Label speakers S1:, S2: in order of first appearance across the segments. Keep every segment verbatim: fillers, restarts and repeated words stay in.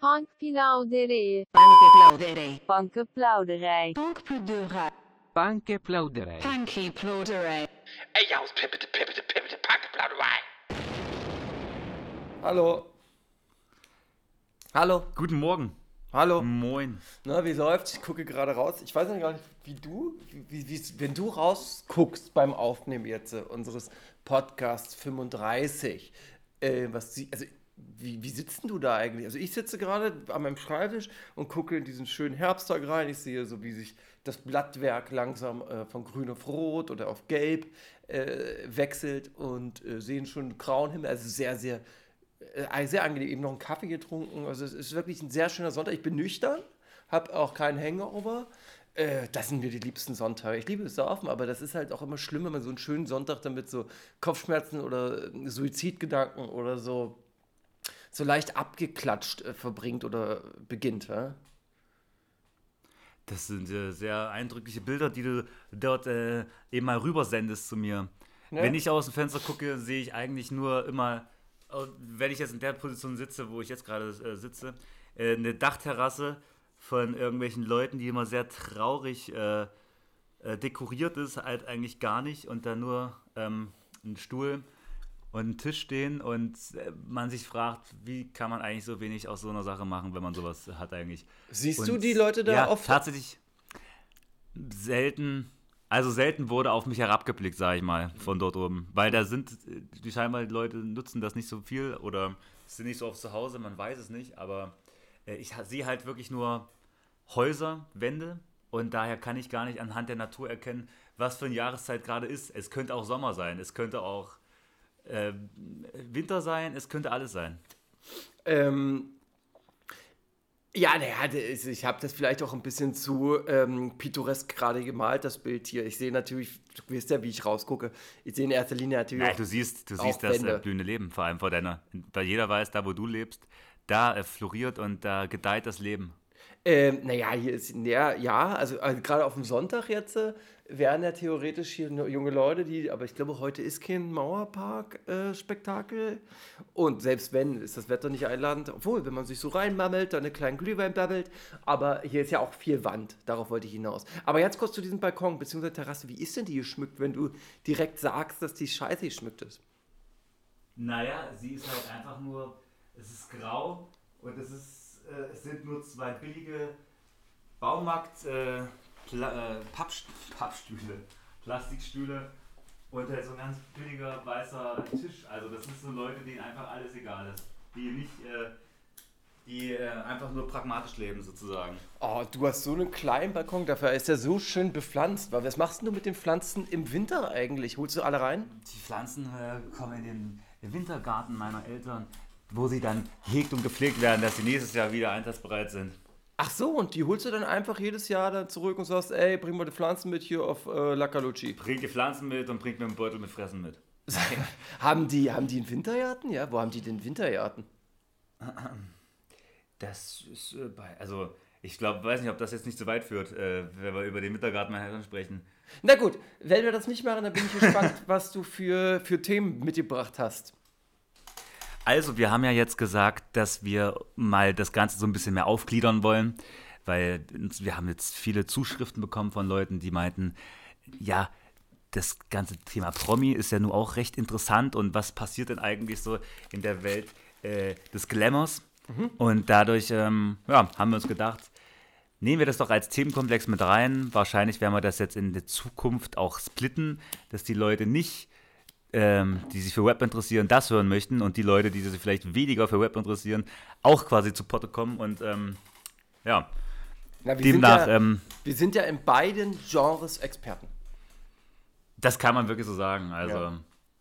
S1: Bankplauderij.
S2: Bankplauderij.
S1: Bankplauderij.
S2: Bankplauderij.
S3: Bankplauderij.
S2: Bankplauderij.
S4: Ey, Jaus, pippete, pippete, pippete, Bankplauderij.
S5: Hallo. Hallo.
S3: Guten Morgen.
S5: Hallo.
S3: Moin.
S5: Na, wie läuft's? Ich gucke gerade raus. Ich weiß noch gar nicht, wie du, wie, wie, wenn du rausguckst beim Aufnehmen jetzt äh, unseres Podcasts fünfunddreißig, äh, was sie, also wie, wie sitzt denn du da eigentlich? Also ich sitze gerade an meinem Schreibtisch und gucke in diesen schönen Herbsttag rein. Ich sehe so, wie sich das Blattwerk langsam äh, von grün auf rot oder auf gelb äh, wechselt und äh, sehe schon einen grauen Himmel. Also sehr, sehr Äh, sehr angenehm, eben noch einen Kaffee getrunken. Also es ist wirklich ein sehr schöner Sonntag. Ich bin nüchtern, habe auch keinen Hangover. Äh, das sind mir die liebsten Sonntage. Ich liebe es Saufen, aber das ist halt auch immer schlimm, wenn man so einen schönen Sonntag dann mit so Kopfschmerzen oder Suizidgedanken oder so, so leicht abgeklatscht äh, verbringt oder beginnt. Ja?
S3: Das sind äh, sehr eindrückliche Bilder, die du dort äh, eben mal rübersendest zu mir.
S5: Ja.
S3: Wenn ich aus dem Fenster gucke, sehe ich eigentlich nur immer, wenn ich jetzt in der Position sitze, wo ich jetzt gerade äh, sitze, äh, eine Dachterrasse von irgendwelchen Leuten, die immer sehr traurig äh, äh, dekoriert ist, halt eigentlich gar nicht und da nur ähm, ein Stuhl und ein Tisch stehen und äh, man sich fragt, wie kann man eigentlich so wenig aus so einer Sache machen, wenn man sowas hat eigentlich.
S5: Siehst
S3: und,
S5: du die Leute da
S3: ja,
S5: oft?
S3: Tatsächlich selten. Also selten wurde auf mich herabgeblickt, sage ich mal, von dort oben. Weil da sind, die scheinbar die Leute nutzen das nicht so viel oder sind nicht so oft zu Hause, man weiß es nicht. Aber äh, ich sehe halt wirklich nur Häuser, Wände und daher kann ich gar nicht anhand der Natur erkennen, was für eine Jahreszeit gerade ist. Es könnte auch Sommer sein, es könnte auch äh, Winter sein, es könnte alles sein.
S5: Ähm... Ja, naja, ich habe das vielleicht auch ein bisschen zu ähm, pittoresk gerade gemalt, das Bild hier. Ich sehe natürlich, du weißt ja, wie ich rausgucke, ich sehe in erster Linie natürlich
S3: Nein,
S5: auch,
S3: du siehst, du
S5: auch
S3: siehst das äh,
S5: Wände.
S3: blühende Leben, vor allem vor deiner, weil jeder weiß, da wo du lebst, da äh, floriert und da gedeiht das Leben.
S5: Ähm, naja, hier ist, ja, ja also, also gerade auf dem Sonntag jetzt äh, wären ja theoretisch hier nur junge Leute, die, aber ich glaube, heute ist kein Mauerpark-Spektakel. Und selbst wenn, ist das Wetter nicht einladend. Obwohl, wenn man sich so reinmammelt, dann einen kleinen Glühwein babbelt. Aber hier ist ja auch viel Wand, darauf wollte ich hinaus. Aber jetzt kurz zu diesem Balkon bzw. Terrasse. Wie ist denn die geschmückt, wenn du direkt sagst, dass die scheiße geschmückt ist?
S3: Naja, sie ist halt einfach nur, es ist grau und es ist äh, es sind nur zwei billige Baumarkt äh, Pla- äh, Pappst- Pappstühle, Plastikstühle und halt so ein ganz billiger weißer Tisch. Also das sind so Leute, denen einfach alles egal ist. Die nicht, äh, die äh, einfach nur pragmatisch leben sozusagen.
S5: Oh, du hast so einen kleinen Balkon, dafür ist er so schön bepflanzt. Was machst denn du mit den Pflanzen im Winter eigentlich? Holst du alle rein?
S3: Die Pflanzen äh, kommen in den Wintergarten meiner Eltern, wo sie dann hegt und gepflegt werden, dass sie nächstes Jahr wieder einsatzbereit sind.
S5: Ach so, und die holst du dann einfach jedes Jahr dann zurück und sagst, ey, bring mal die Pflanzen mit hier auf äh, La Calucci.
S3: Bringt die Pflanzen mit und bringt mir einen Beutel mit Fressen mit.
S5: haben, die, haben die einen Wintergarten? Ja, wo haben die denn Wintergarten?
S3: Das ist äh, bei, also ich glaube, weiß nicht, ob das jetzt nicht so weit führt, äh, wenn wir über den Wintergarten meiner Eltern sprechen.
S5: Na gut, wenn wir das nicht machen, dann bin ich gespannt, was du für, für Themen mitgebracht hast.
S3: Also, wir haben ja jetzt gesagt, dass wir mal das Ganze so ein bisschen mehr aufgliedern wollen, weil wir haben jetzt viele Zuschriften bekommen von Leuten, die meinten, ja, das ganze Thema Promi ist ja nun auch recht interessant und was passiert denn eigentlich so in der Welt äh, des Glamours? Mhm. Und dadurch ähm, ja, haben wir uns gedacht, nehmen wir das doch als Themenkomplex mit rein. Wahrscheinlich werden wir das jetzt in der Zukunft auch splitten, dass die Leute nicht Ähm, die sich für Web interessieren, das hören möchten und die Leute, die sich vielleicht weniger für Web interessieren, auch quasi zu Potte kommen und ähm, ja,
S5: Na, wir
S3: demnach,
S5: sind ja,
S3: ähm,
S5: wir sind ja in beiden Genres Experten.
S3: das kann man wirklich so sagen, also
S5: Ja.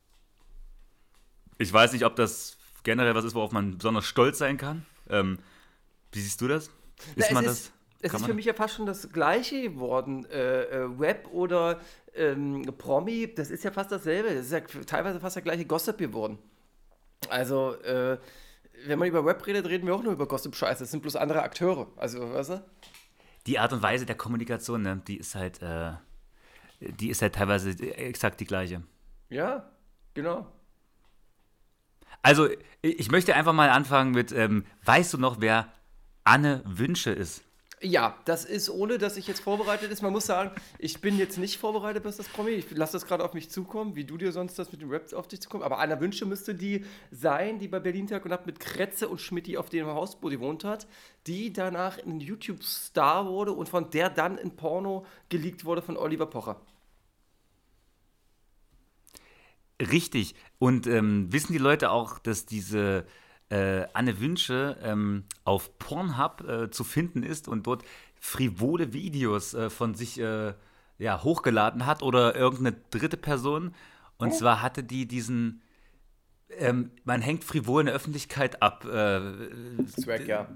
S3: ich weiß nicht, ob das generell was ist, worauf man besonders stolz sein kann. Ähm, wie siehst du das? Ist
S5: Na,
S3: man
S5: es
S3: das?
S5: ist, es
S3: kann
S5: ist
S3: man
S5: für mich ja fast schon das Gleiche geworden. Äh, äh, Web oder ähm, Promi, das ist ja fast dasselbe. Das ist ja teilweise fast der gleiche Gossip geworden. Also, äh, wenn man über Web redet, reden wir auch nur über Gossip-Scheiße. Das sind bloß andere Akteure. Also, weißt du?
S3: Die Art und Weise der Kommunikation, ne, die ist halt, äh, die ist halt teilweise exakt die gleiche.
S5: Ja, genau.
S3: Also, ich möchte einfach mal anfangen mit, ähm, weißt du noch, wer Anne Wünsche ist.
S5: Ja, das ist, ohne dass ich jetzt vorbereitet ist. Man muss sagen, ich bin jetzt nicht vorbereitet, was das Promi. Ich lasse das gerade auf mich zukommen, wie du dir sonst das mit dem Raps auf dich zukommt. Aber Anna Wünsche müsste die sein, die bei Berlin Tag und Nacht mit Kretze und Schmidti auf dem Haus, wo die wohnt hat, die danach ein YouTube-Star wurde und von der dann in Porno geleakt wurde von Oliver Pocher.
S3: Richtig. Und ähm, wissen die Leute auch, dass diese äh, Anne Wünsche ähm, auf Pornhub äh, zu finden ist und dort frivole Videos äh, von sich äh, ja, hochgeladen hat oder irgendeine dritte Person? Und
S5: Oh.
S3: zwar hatte die diesen, ähm, man hängt frivol in der Öffentlichkeit ab. Äh,
S5: Swag, ja.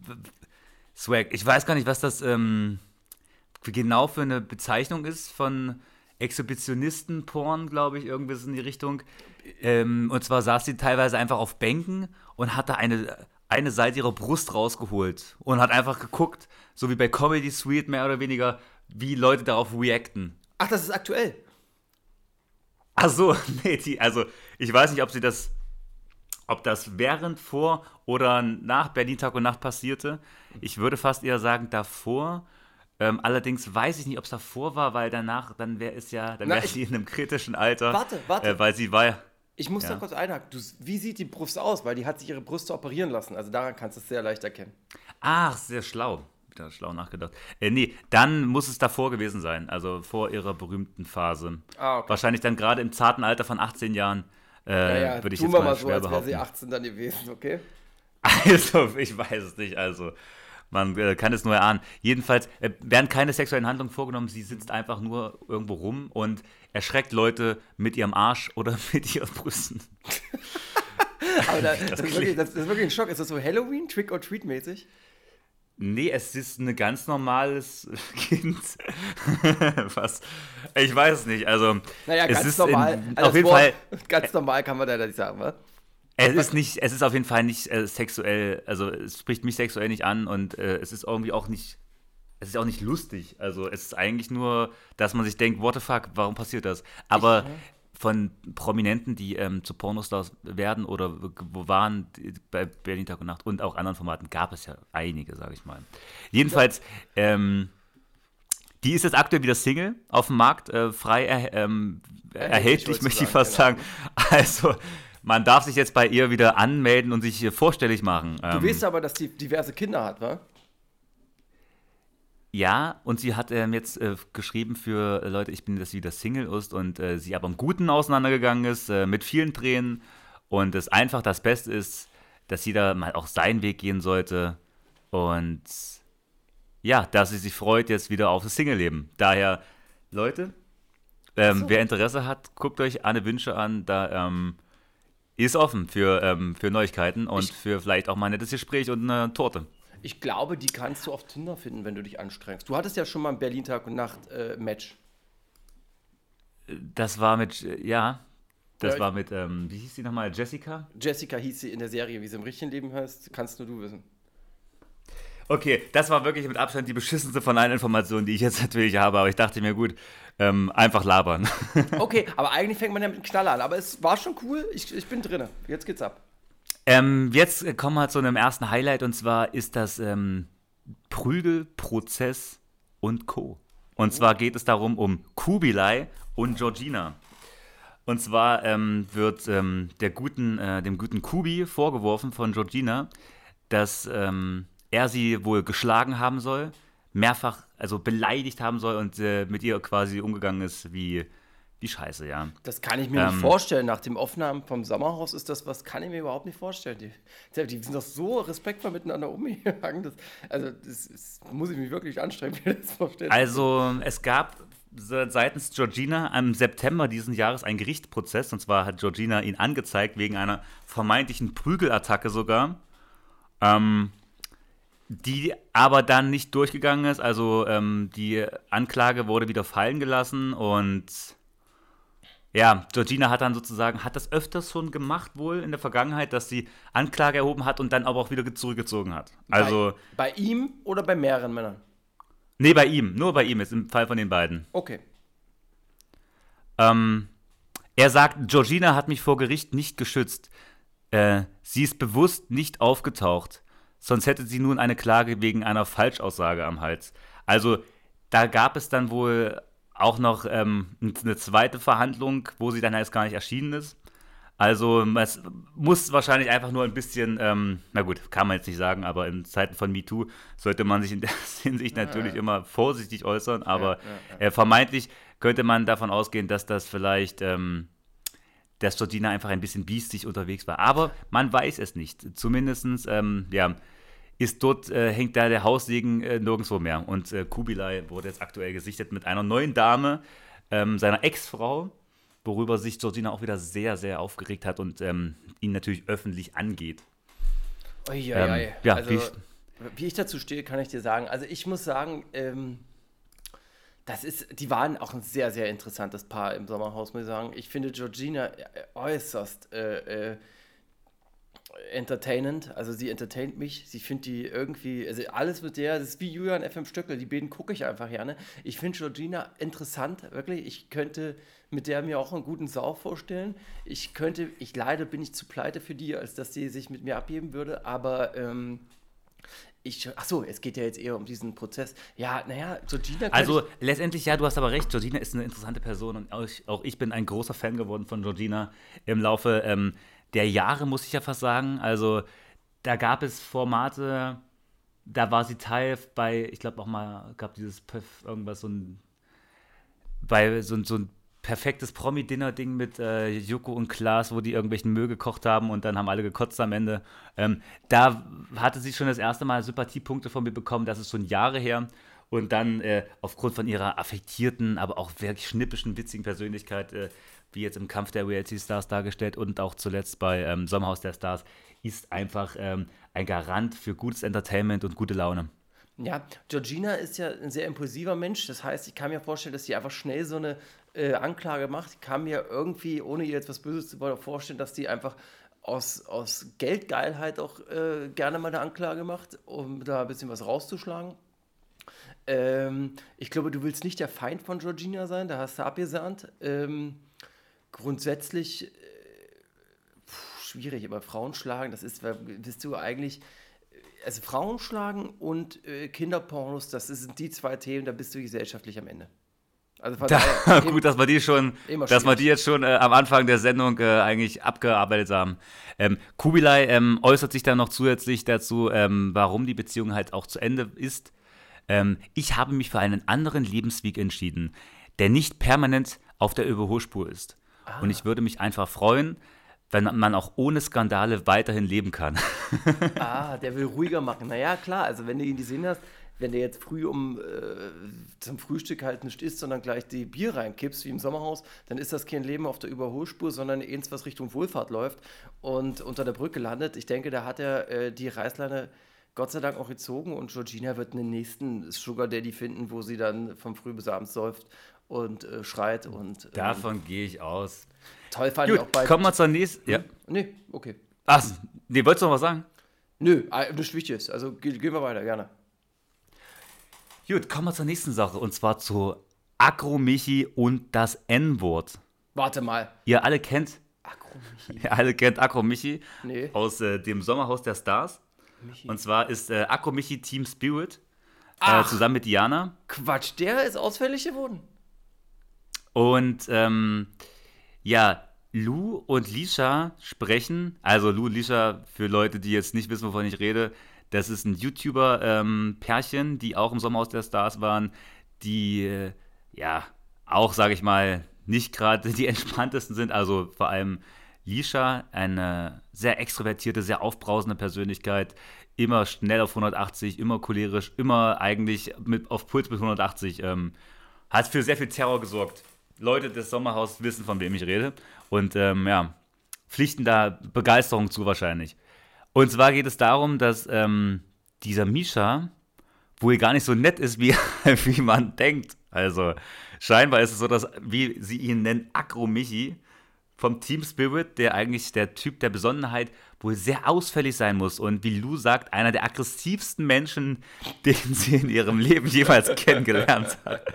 S3: Swag. Ich weiß gar nicht, was das ähm, genau für eine Bezeichnung ist von Exhibitionisten-Porn, glaube ich, irgendwie in die Richtung. Ähm, und zwar saß sie teilweise einfach auf Bänken und hatte eine, eine Seite ihrer Brust rausgeholt und hat einfach geguckt, so wie bei Comedy Suite mehr oder weniger, wie Leute darauf reacten.
S5: Ach, das ist aktuell.
S3: Ach so, nee, die, also ich weiß nicht, ob sie das, ob das während, vor oder nach Berlin Tag und Nacht passierte. Ich würde fast eher sagen davor. Ähm, allerdings weiß ich nicht, ob es davor war, weil danach, dann wäre es ja, dann
S5: Na,
S3: wäre
S5: ich-
S3: sie in einem kritischen Alter.
S5: Warte, warte.
S3: Äh, weil sie war ja.
S5: Ich muss
S3: Ja.
S5: da kurz einhaken. Du, wie sieht die Brust aus? Weil die hat sich ihre Brüste operieren lassen. Also daran kannst du es sehr leicht erkennen.
S3: Ach, sehr schlau. Wieder schlau nachgedacht. Äh, nee, dann muss es davor gewesen sein, also vor ihrer berühmten Phase.
S5: Ah, okay.
S3: Wahrscheinlich dann gerade im zarten Alter von achtzehn Jahren, äh,
S5: Naja,
S3: würde ich
S5: tun
S3: jetzt
S5: wir
S3: mal
S5: mal so,
S3: schwer
S5: als wäre
S3: behaupten.
S5: sie achtzehn dann gewesen, okay?
S3: Also, ich weiß es nicht, also man äh, kann es nur erahnen. Jedenfalls äh, werden keine sexuellen Handlungen vorgenommen, sie sitzt einfach nur irgendwo rum und erschreckt Leute mit ihrem Arsch oder mit ihren Brüsten.
S5: Aber da, das, ist
S3: klingt-
S5: wirklich, das ist wirklich ein Schock. Ist das so Halloween, Trick-or-Treat-mäßig?
S3: Nee, es ist ein ganz normales Kind. Was? Ich weiß es nicht. Also,
S5: Naja,
S3: es
S5: ganz
S3: ist
S5: normal.
S3: In,
S5: Also
S3: auf jeden
S5: das
S3: Fall.
S5: Wort, ganz normal kann man da nicht sagen, was?
S3: Es ist nicht, es ist auf jeden Fall nicht äh, sexuell, also es spricht mich sexuell nicht an und äh, es ist irgendwie auch nicht, es ist auch nicht lustig. Also es ist eigentlich nur, dass man sich denkt, what the fuck, warum passiert das? Aber von Prominenten, die ähm, zu Pornostars werden oder wo waren die, bei Berlin Tag und Nacht und auch anderen Formaten, gab es ja einige, sage ich mal. Jedenfalls, ähm, die ist jetzt aktuell wieder Single auf dem Markt, äh, frei er, ähm, erhältlich,
S5: wollte
S3: möchte ich
S5: sagen,
S3: fast
S5: genau.
S3: sagen. Also, man darf sich jetzt bei ihr wieder anmelden und sich hier vorstellig machen.
S5: Du
S3: Ähm,
S5: weißt aber, dass die diverse Kinder hat, wa?
S3: ja, und sie hat ähm, jetzt äh, geschrieben für äh, Leute, ich bin, dass sie wieder Single ist und äh, sie aber im Guten auseinandergegangen ist, äh, mit vielen Tränen und es einfach das Beste ist, dass jeder mal auch seinen Weg gehen sollte und ja, dass sie sich freut jetzt wieder auf das Single-Leben. Daher, Leute, ähm,
S5: so.
S3: wer Interesse hat, guckt euch Anne Wünsche an, da ähm, ist offen für, ähm, für Neuigkeiten und
S5: Ich-
S3: für vielleicht auch mal ein nettes Gespräch und eine Torte.
S5: Ich glaube, die kannst du auf Tinder finden, wenn du dich anstrengst. Du hattest ja schon mal ein Berlin Tag und Nacht äh, Match.
S3: Das war mit, äh, ja, das
S5: Ja,
S3: war mit, ähm, wie hieß die nochmal, Jessica?
S5: Jessica hieß sie in der Serie, wie sie im richtigen Leben heißt, kannst nur du wissen.
S3: Okay, das war wirklich mit Abstand die beschissenste von allen Informationen, die ich jetzt natürlich habe, aber ich dachte mir, gut, ähm, einfach labern.
S5: Okay, aber eigentlich fängt man ja mit einem Knaller an. Aber es war schon cool, ich, ich bin drinne. Jetzt geht's ab.
S3: ähm, jetzt äh, kommen wir zu einem ersten Highlight und zwar ist das ähm, Prügelprozess und Co. Und zwar geht es darum um Kubilai und Georgina. Und zwar ähm, wird ähm, der guten, äh, dem guten Kubi vorgeworfen von Georgina, dass ähm, er sie wohl geschlagen haben soll, mehrfach, also beleidigt haben soll und äh, mit ihr quasi umgegangen ist wie, wie Scheiße, ja.
S5: Das kann ich mir nicht
S3: Ähm,
S5: vorstellen. Nach dem Aufnahmen vom Sommerhaus ist das, was kann ich mir überhaupt nicht vorstellen. Die, die sind doch so respektvoll miteinander umgegangen. Das, also, das, das muss ich mich wirklich anstrengen, mir das vorstellen.
S3: Also es gab se- seitens Georgina im September diesen Jahres einen Gerichtsprozess, und zwar hat Georgina ihn angezeigt wegen einer vermeintlichen Prügelattacke sogar. Ähm, die aber dann nicht durchgegangen ist. Also ähm, die Anklage wurde wieder fallen gelassen und ja, Georgina hat dann sozusagen, hat das öfters schon gemacht wohl in der Vergangenheit, dass sie Anklage erhoben hat und dann aber auch wieder zurückgezogen hat. Also,
S5: bei, bei ihm oder bei mehreren Männern?
S3: nee, bei ihm, nur bei ihm ist im Fall von den beiden.
S5: Okay.
S3: Ähm, er sagt, Georgina hat mich vor Gericht nicht geschützt. Äh, sie ist bewusst nicht aufgetaucht. sonst hätte sie nun eine Klage wegen einer Falschaussage am Hals. Also da gab es dann wohl auch noch ähm, eine zweite Verhandlung, wo sie dann erst gar nicht erschienen ist. Also es muss wahrscheinlich einfach nur ein bisschen, ähm, na gut, kann man jetzt nicht sagen, aber in Zeiten von MeToo sollte man sich in der Hinsicht natürlich ja, ja. immer vorsichtig äußern, aber ja, ja, ja. Äh, vermeintlich könnte man davon ausgehen, dass das vielleicht, ähm, dass Georgina einfach ein bisschen biestig unterwegs war. Aber man weiß es nicht. Zumindest, ähm, ja, ist dort, äh, hängt da der Haussegen äh, nirgendwo mehr. Und äh, Kubilai wurde jetzt aktuell gesichtet mit einer neuen Dame, ähm, seiner Ex-Frau, worüber sich Georgina auch wieder sehr, sehr aufgeregt hat und ähm, ihn natürlich öffentlich angeht.
S5: Ui, ähm, ui, ui.
S3: Ja,
S5: also,
S3: wie,
S5: wie ich dazu stehe, kann ich dir sagen. Also ich muss sagen, ähm, das ist, die waren auch ein sehr, sehr interessantes Paar im Sommerhaus, muss ich sagen. Ich finde Georgina äußerst äh, äh, entertainend, also sie entertaint mich, sie findet die irgendwie, also alles mit der, das ist wie Julian F M Stöckel, die beiden gucke ich einfach gerne. Ich finde Georgina interessant, wirklich, ich könnte mit der mir auch einen guten Sau vorstellen. Ich könnte, ich leider bin ich zu pleite für die, als dass sie sich mit mir abgeben würde, aber ähm, ich, achso, es geht ja jetzt eher um diesen Prozess. Ja, naja, Georgina...
S3: Also ich, letztendlich, ja, du hast aber recht, Georgina ist eine interessante Person und auch ich, auch ich bin ein großer Fan geworden von Georgina im Laufe ähm, der Jahre, muss ich ja fast sagen. Also da gab es Formate, da war sie Teil bei, ich glaube auch mal, gab dieses irgendwas, so ein, bei so, so ein perfektes Promi-Dinner-Ding mit äh, Joko und Klaas, wo die irgendwelchen Müll gekocht haben und dann haben alle gekotzt am Ende. Ähm, da hatte sie schon das erste Mal Sympathiepunkte von mir bekommen, das ist schon Jahre her. Und dann äh, aufgrund von ihrer affektierten, aber auch wirklich schnippischen, witzigen Persönlichkeit, äh, wie jetzt im Kampf der Reality-Stars dargestellt und auch zuletzt bei ähm, Sommerhaus der Stars, ist einfach ähm, ein Garant für gutes Entertainment und gute Laune.
S5: Ja, Georgina ist ja ein sehr impulsiver Mensch. Das heißt, ich kann mir vorstellen, dass sie einfach schnell so eine äh, Anklage macht. Ich kann mir irgendwie, ohne ihr jetzt was Böses zu wollen, vorstellen, dass sie einfach aus, aus Geldgeilheit auch äh, gerne mal eine Anklage macht, um da ein bisschen was rauszuschlagen. Ähm, ich glaube, du willst nicht der Feind von Georgina sein, da hast du abgesahnt. Ähm, grundsätzlich äh, pf, schwierig, aber Frauen schlagen, das ist, bist du eigentlich... Also Frauen schlagen und äh, Kinderpornos, das sind die zwei Themen, da bist du gesellschaftlich am Ende. Also von
S3: da,
S5: daher,
S3: gut, dass wir die schon, dass wir die jetzt schon äh, am Anfang der Sendung äh, eigentlich abgearbeitet haben. Ähm, Kubilai ähm, äußert sich dann noch zusätzlich dazu, ähm, warum die Beziehung halt auch zu Ende ist. Ähm, ich habe mich für einen anderen Lebensweg entschieden, der nicht permanent auf der Überholspur ist. Ah. Und ich würde mich einfach freuen, wenn man auch ohne Skandale weiterhin leben kann.
S5: Ah, der will ruhiger machen. Naja, klar, also wenn du ihn gesehen hast, wenn der jetzt früh um äh, zum Frühstück halt nicht isst, sondern gleich die Bier reinkippst, wie im Sommerhaus, dann ist das kein Leben auf der Überholspur, sondern eins, was Richtung Wohlfahrt läuft und unter der Brücke landet. Ich denke, da hat er äh, die Reißleine Gott sei Dank auch gezogen und Georgina wird einen nächsten Sugar Daddy finden, wo sie dann von früh bis abends säuft und äh, schreit. Und, ähm,
S3: davon gehe ich aus.
S5: Toll fand
S3: Gut,
S5: ich auch bei...
S3: kommen wir zur nächsten... Ja.
S5: Nee, okay.
S3: Ach, nee, wolltest du noch was sagen?
S5: Nö, nicht wichtig. Also ge- gehen wir weiter, gerne.
S3: Gut, kommen wir zur nächsten Sache und zwar zu Akro-Michi und das N-Wort.
S5: Warte mal.
S3: Ihr alle kennt...
S5: Akro-Michi.
S3: Ihr alle kennt Akro-Michi
S5: Nee.
S3: aus äh, dem Sommerhaus der Stars.
S5: Michi.
S3: Und zwar ist äh, Akro-Michi Team Spirit äh,
S5: Ach.
S3: zusammen mit Diana.
S5: Quatsch, der ist ausfällig geworden.
S3: Und ähm, ja, Lou und Lisha sprechen, also Lou und Lisha, für Leute, die jetzt nicht wissen, wovon ich rede, das ist ein YouTuber-Pärchen, ähm, die auch im Sommerhaus der Stars waren, die, äh, ja, auch, sage ich mal, nicht gerade die entspanntesten sind, also vor allem Lisha, eine sehr extrovertierte, sehr aufbrausende Persönlichkeit, immer schnell auf hundertachtzig, immer cholerisch, immer eigentlich mit, auf Puls mit hundertachtzig, ähm, hat für sehr viel Terror gesorgt. Leute des Sommerhaus wissen, von wem ich rede. Und ähm, ja, pflichten da Begeisterung zu wahrscheinlich. Und zwar geht es darum, dass ähm, dieser Misha wohl gar nicht so nett ist, wie, wie man denkt. Also scheinbar ist es so, dass, wie sie ihn nennen, Akro-Michi vom Team Spirit, der eigentlich der Typ der Besonnenheit wohl sehr ausfällig sein muss. Und wie Lou sagt, einer der aggressivsten Menschen, den sie in ihrem Leben jemals kennengelernt hat.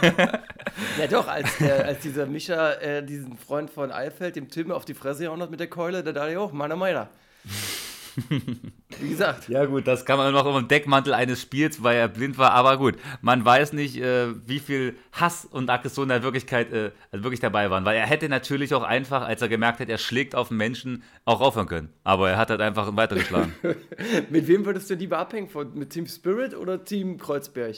S5: Ja doch, als, der, als dieser Mischa äh, diesen Freund von Eifeld, dem Tim, auf die Fresse gehauen hat mit der Keule, da dachte ich auch, meiner meiner. Wie gesagt.
S3: Ja gut, das kann man noch im Deckmantel eines Spiels, weil er blind war, aber gut, man weiß nicht, äh, wie viel Hass und Aggression da Wirklichkeit äh, also wirklich dabei waren, weil er hätte natürlich auch einfach, als er gemerkt hat, er schlägt auf einen Menschen, auch aufhören können, aber er hat halt einfach weitergeschlagen.
S5: Mit wem würdest du lieber abhängen? Von, mit Team Spirit oder Team Kreuzberg?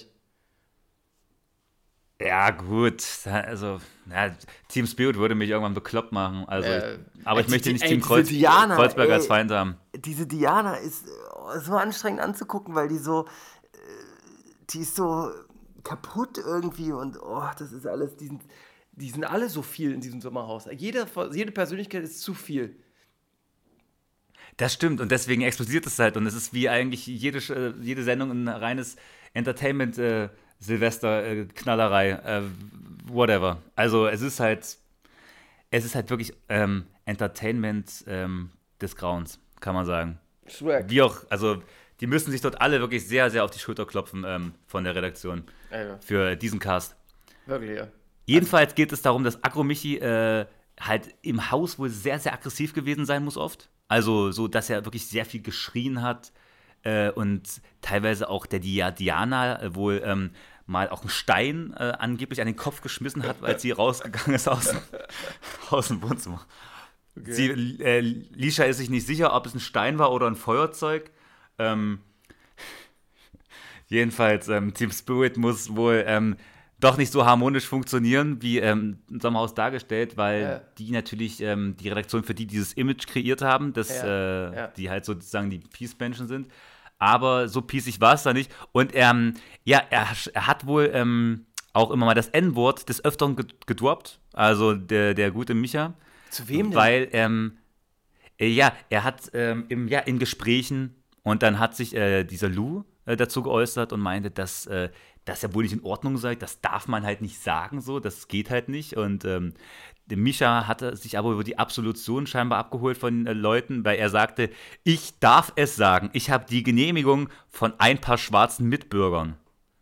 S3: Ja gut, also ja, Team Spirit würde mich irgendwann bekloppt machen, also
S5: Äh,
S3: ich, aber ich
S5: ey,
S3: möchte
S5: die-
S3: nicht
S5: ey,
S3: Team
S5: diese
S3: Kreuz,
S5: Diana,
S3: Kreuzberg als
S5: ey.
S3: Feind haben.
S5: Diese Diana ist äh, so anstrengend anzugucken, weil die so, äh, die ist so kaputt irgendwie und oh, das ist alles, die sind, die sind alle so viel in diesem Sommerhaus. Jede, jede Persönlichkeit ist zu viel.
S3: Das stimmt und deswegen explodiert es halt und es ist wie eigentlich jede, Sch- jede Sendung ein reines Entertainment äh, Silvester äh, Knallerei äh, whatever. Also es ist halt es ist halt wirklich ähm, Entertainment ähm, des Grauens, kann man sagen.
S5: Swag.
S3: Wie auch, also die müssen sich dort alle wirklich sehr, sehr auf die Schulter klopfen ähm, von der Redaktion
S5: Ja,
S3: für diesen Cast.
S5: wirklich, ja.
S3: Jedenfalls geht es darum, dass Agro Michi äh, halt im Haus wohl sehr, sehr aggressiv gewesen sein muss oft. Also so, dass er wirklich sehr viel geschrien hat äh, und teilweise auch der Dia Diana äh, wohl ähm, mal auch einen Stein äh, angeblich an den Kopf geschmissen hat, als sie rausgegangen ist aus, aus dem Wohnzimmer.
S5: Okay.
S3: Sie, äh, Lisha ist sich nicht sicher, ob es ein Stein war oder ein Feuerzeug. Ähm, jedenfalls, ähm, Team Spirit muss wohl ähm, doch nicht so harmonisch funktionieren, wie ähm, im Sommerhaus dargestellt, weil
S5: Ja.
S3: die natürlich ähm, die Redaktion, für die dieses Image kreiert haben, dass
S5: Ja,
S3: äh,
S5: ja.
S3: die halt sozusagen die Peace-Menschen sind. Aber so pießig war es da nicht. Und ähm, ja, er, er hat wohl ähm, auch immer mal das N-Wort des Öfteren ged- gedroppt, also der, der gute Micha.
S5: Zu wem denn?
S3: Weil, ähm, äh, ja, er hat ähm, im, ja, in Gesprächen und dann hat sich äh, dieser Lou äh, dazu geäußert und meinte, dass äh, das ja wohl nicht in Ordnung sei, das darf man halt nicht sagen so, das geht halt nicht. Und ähm, der Mischa hatte sich aber über die Absolution scheinbar abgeholt von äh, Leuten, weil er sagte, ich darf es sagen, ich habe die Genehmigung von ein paar schwarzen Mitbürgern.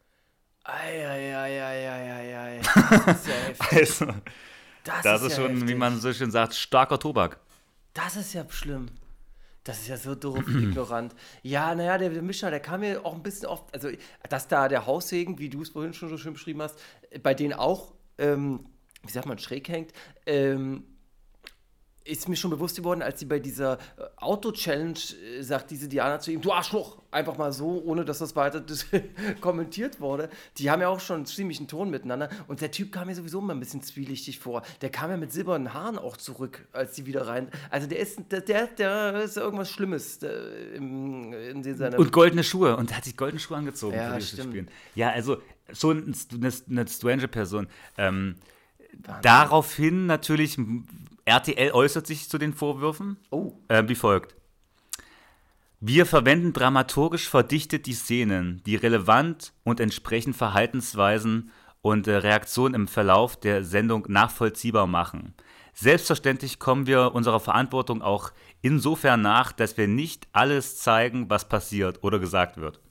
S5: Eieieiei. Das ist ja heftig.
S3: Also,
S5: Das,
S3: das
S5: ist,
S3: ist
S5: ja
S3: schon,
S5: heftig.
S3: wie man so schön sagt, starker Tobak.
S5: Das ist ja schlimm. Das ist ja so doof, ignorant. Ja, naja, der, der Mischer, der kam mir auch ein bisschen oft, also dass da der Haussegen, wie du es vorhin schon so schön beschrieben hast, bei denen auch, ähm, wie sagt man, schräg hängt, ähm, ist mir schon bewusst geworden, als sie bei dieser äh, Auto-Challenge äh, sagt diese Diana zu ihm, du Arschloch, einfach mal so, ohne dass das weiter dis- kommentiert wurde. Die haben ja auch schon einen ziemlichen Ton miteinander und der Typ kam mir sowieso immer ein bisschen zwielichtig vor. Der kam ja mit silbernen Haaren auch zurück, als die wieder rein. Also der ist, der, der, der ist irgendwas Schlimmes der, im, in seiner...
S3: Und goldene Schuhe. Und er hat sich goldene Schuhe angezogen
S5: Ja,
S3: für dieses
S5: stimmt.
S3: Spielen. Ja, also schon eine, eine strange Person. Ähm, daraufhin natürlich, R T L äußert sich zu den Vorwürfen
S5: Oh.
S3: äh, wie folgt. Wir verwenden dramaturgisch verdichtet die Szenen, die relevant und entsprechend Verhaltensweisen und äh, Reaktionen im Verlauf der Sendung nachvollziehbar machen. Selbstverständlich kommen wir unserer Verantwortung auch insofern nach, dass wir nicht alles zeigen, was passiert oder gesagt wird.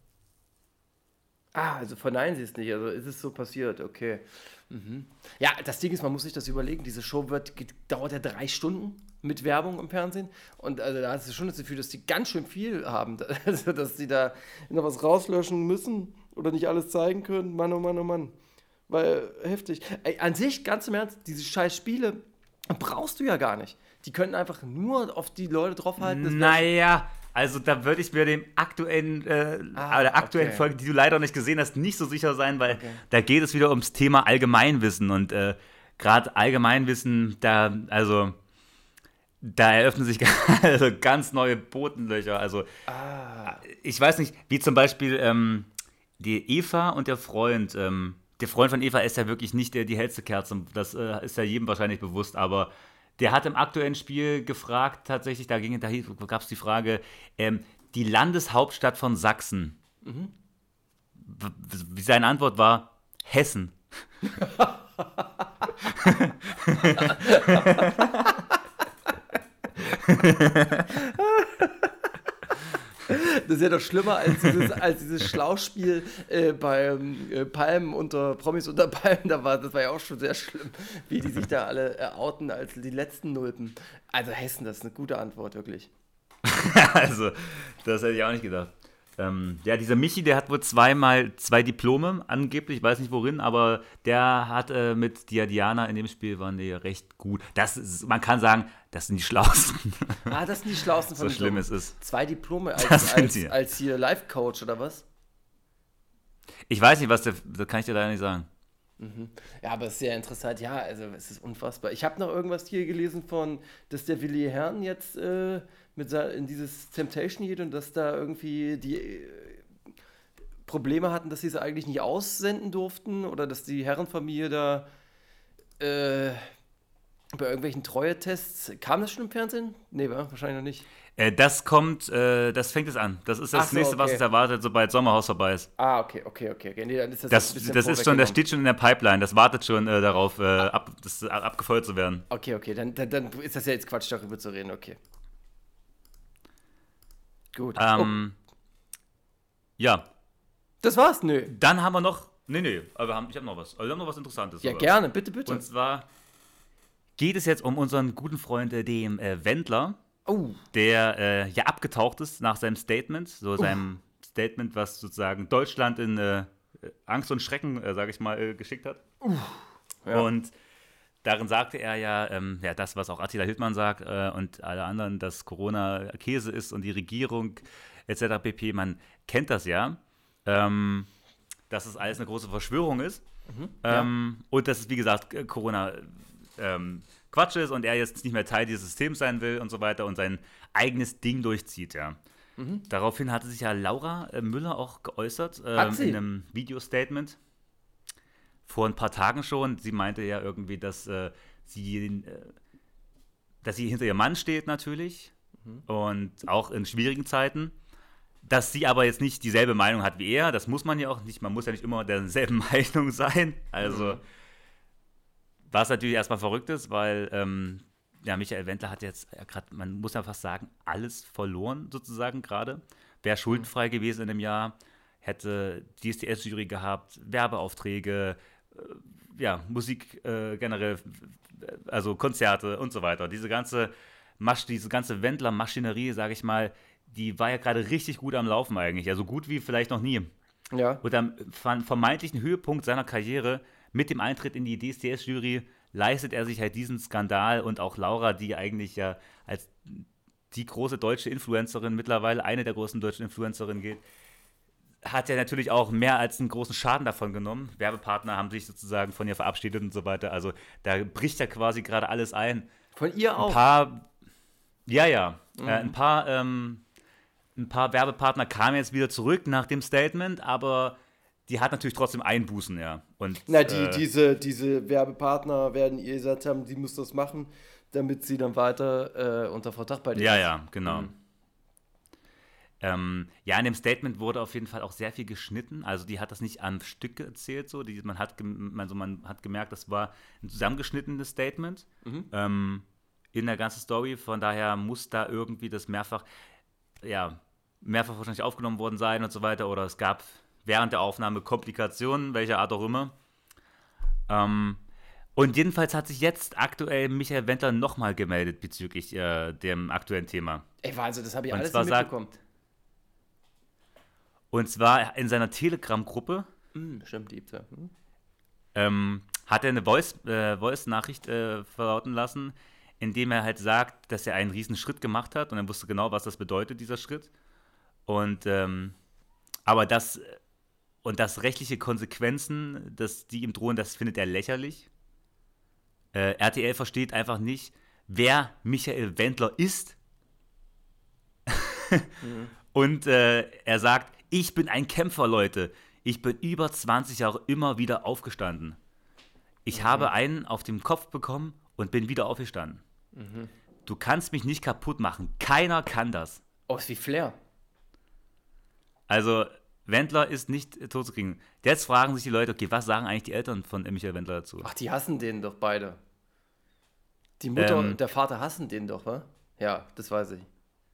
S5: Ah, also verneinen sie es nicht, also ist es so passiert, okay. Mhm. Ja, das Ding ist, man muss sich das überlegen, diese Show wird, geht, dauert ja drei Stunden mit Werbung im Fernsehen und also da hast du schon das Gefühl, dass die ganz schön viel haben, also dass die da noch was rauslöschen müssen oder nicht alles zeigen können, Mann, oh Mann, oh Mann, weil heftig. Ey, an sich, ganz im Ernst, diese scheiß Spiele brauchst du ja gar nicht. Die könnten einfach nur auf die Leute draufhalten. das wär-
S3: Naja, also da würde ich mir dem aktuellen, äh,
S5: Ah,
S3: der aktuellen
S5: okay.
S3: Folge, die du leider nicht gesehen hast, nicht so sicher sein, weil da geht es wieder ums Thema Allgemeinwissen und äh, gerade Allgemeinwissen, da, also da eröffnen sich also ganz neue Bodenlöcher. Also ich weiß nicht, wie zum Beispiel ähm, die Eva und der Freund, ähm, der Freund von Eva ist ja wirklich nicht der, die hellste Kerze, das äh, ist ja jedem wahrscheinlich bewusst, aber der hat im aktuellen Spiel gefragt, tatsächlich, da, ging, da gab es die Frage, ähm, die Landeshauptstadt von Sachsen. W- Wie seine Antwort war, Hessen.
S5: Das ist ja doch schlimmer als dieses, als dieses Schlauspiel äh, beim äh, Palmen unter Promis unter Palmen. Da war, das war ja auch schon sehr schlimm, wie die sich da alle äh, outen als die letzten Nulpen. Also Hessen, das ist eine gute Antwort, wirklich.
S3: Also, das hätte ich auch nicht gedacht. Ähm, ja, dieser Michi, der hat wohl zweimal zwei Diplome, angeblich, ich weiß nicht worin, aber der hat äh, mit Dia Diana in dem Spiel, waren die recht gut. Das ist, man kann sagen, das sind die Schlausten.
S5: Ah, das sind die Schlausten von
S3: So
S5: den
S3: schlimm
S5: Dummen.
S3: es ist.
S5: Zwei Diplome
S3: Das
S5: als,
S3: sind
S5: als,
S3: die.
S5: als hier Life-Coach oder was?
S3: Ich weiß nicht, was der, das kann ich dir leider nicht sagen.
S5: Ja, aber es ist sehr interessant. Ja, also es ist unfassbar. Ich habe noch irgendwas hier gelesen von, dass der Willi Herrn jetzt äh, mit sein, in dieses Temptation geht und dass da irgendwie die äh, Probleme hatten, dass sie es eigentlich nicht aussenden durften oder dass die Herrenfamilie da äh, bei irgendwelchen Treue-Tests, kam das schon im Fernsehen? Nee, wa? Wahrscheinlich noch nicht.
S3: Äh, das kommt, äh, das fängt jetzt an. Das ist das
S5: Ach so,
S3: nächste, was
S5: okay.
S3: uns erwartet, sobald Sommerhaus vorbei ist.
S5: Ah, okay, okay, okay. okay. Nee, dann ist das,
S3: Das,
S5: ein bisschen
S3: das ist schon, das
S5: vorweggenommen.
S3: steht schon in der Pipeline, das wartet schon äh, darauf, äh, ab, das, abgefeuert zu werden.
S5: Okay, okay, dann, dann, dann ist das ja jetzt Quatsch, darüber zu reden, okay. Gut. Oh,
S3: Ähm, Ja,
S5: das war's? Nö.
S3: dann haben wir noch, nee, nee, aber wir haben, ich habe noch was, also wir haben noch was Interessantes.
S5: Ja,
S3: sogar.
S5: gerne, bitte, bitte.
S3: Und zwar geht es jetzt um unseren guten Freund, äh, dem äh, Wendler,
S5: Oh,
S3: der äh, ja abgetaucht ist nach seinem Statement, so seinem Statement, was sozusagen Deutschland in äh, Angst und Schrecken, äh, sage ich mal, äh, geschickt hat.
S5: ja.
S3: Und darin sagte er ja, ähm, ja, das, was auch Attila Hildmann sagt äh, und alle anderen, dass Corona Käse ist und die Regierung et cetera pp. Man kennt das ja, ähm, dass es alles eine große Verschwörung ist. ähm, Und dass es, wie gesagt, äh, Corona ähm, Quatsch ist und er jetzt nicht mehr Teil dieses Systems sein will und so weiter und sein eigenes Ding durchzieht, ja. Daraufhin hatte sich ja Laura äh, Müller auch geäußert ähm,
S5: sie?
S3: in einem Videostatement vor ein paar Tagen schon. Sie meinte ja irgendwie, dass äh, sie, äh, dass sie hinter ihrem Mann steht natürlich und auch in schwierigen Zeiten. Dass sie aber jetzt nicht dieselbe Meinung hat wie er, das muss man ja auch nicht. Man muss ja nicht immer derselben Meinung sein. Also, was natürlich erstmal verrückt ist, weil ähm, ja, Michael Wendler hat jetzt ja, gerade, man muss ja fast sagen, alles verloren sozusagen gerade. Wäre schuldenfrei gewesen in dem Jahr, hätte die S D S-Jury gehabt, Werbeaufträge, äh, ja, Musik äh, generell, also Konzerte und so weiter. Diese ganze, Masch, diese ganze Wendler-Maschinerie, sage ich mal, die war ja gerade richtig gut am Laufen eigentlich. Also gut wie vielleicht noch nie.
S5: Ja.
S3: Und am ver- vermeintlichen Höhepunkt seiner Karriere mit dem Eintritt in die D S D S-Jury leistet er sich halt diesen Skandal und auch Laura, die eigentlich ja als die große deutsche Influencerin mittlerweile, eine der großen deutschen Influencerinnen gilt, hat ja natürlich auch mehr als einen großen Schaden davon genommen. Werbepartner haben sich sozusagen von ihr verabschiedet und so weiter. Also da bricht ja quasi gerade alles ein.
S5: Von ihr
S3: Ein
S5: auch.
S3: paar, ja, ja, äh, ein paar, ähm, ein paar Werbepartner kamen jetzt wieder zurück nach dem Statement, aber die hat natürlich trotzdem Einbußen, ja. Und,
S5: Na, die,
S3: äh,
S5: diese, diese Werbepartner werden ihr gesagt haben, die muss das machen, damit sie dann weiter äh, unter Vertrag bei dir
S3: Ja,
S5: ist.
S3: ja, genau.
S5: Mhm.
S3: Ähm, ja, in dem Statement wurde auf jeden Fall auch sehr viel geschnitten. Also die hat das nicht am Stück erzählt, so. Die, man, hat gem- also man hat gemerkt, das war ein zusammengeschnittenes Statement ähm, in der ganzen Story. Von daher muss da irgendwie das mehrfach, ja, mehrfach wahrscheinlich aufgenommen worden sein und so weiter. Oder es gab während der Aufnahme Komplikationen, welcher Art auch immer. Ähm, und jedenfalls hat sich jetzt aktuell Michael Wendler nochmal gemeldet bezüglich äh, dem aktuellen Thema.
S5: Ey, Wahnsinn, das habe ich
S3: Und
S5: alles
S3: zwar
S5: nicht
S3: sagt-
S5: mitbekommen.
S3: Und zwar in seiner Telegram-Gruppe
S5: Hm, stimmt, die ja. Hm.
S3: ähm, hat er eine Voice, äh, Voice-Nachricht äh, verlauten lassen, indem er halt sagt, dass er einen riesen Schritt gemacht hat und er wusste genau, was das bedeutet, dieser Schritt. Und ähm, aber das und das rechtliche Konsequenzen, dass die ihm drohen, das findet er lächerlich. Äh, R T L versteht einfach nicht, wer Michael Wendler ist. Und äh, er sagt, ich bin ein Kämpfer, Leute. Ich bin über zwanzig Jahre immer wieder aufgestanden. Ich habe einen auf den Kopf bekommen und bin wieder aufgestanden. Du kannst mich nicht kaputt machen. Keiner kann das.
S5: Oh, ist wie Flair.
S3: Also, Wendler ist nicht äh, tot zu kriegen. Jetzt fragen sich die Leute, okay, was sagen eigentlich die Eltern von äh, Michael Wendler dazu?
S5: Ach, die hassen den doch beide. Die Mutter
S3: Ähm.
S5: und der Vater hassen den doch, wa? Ja, das weiß ich.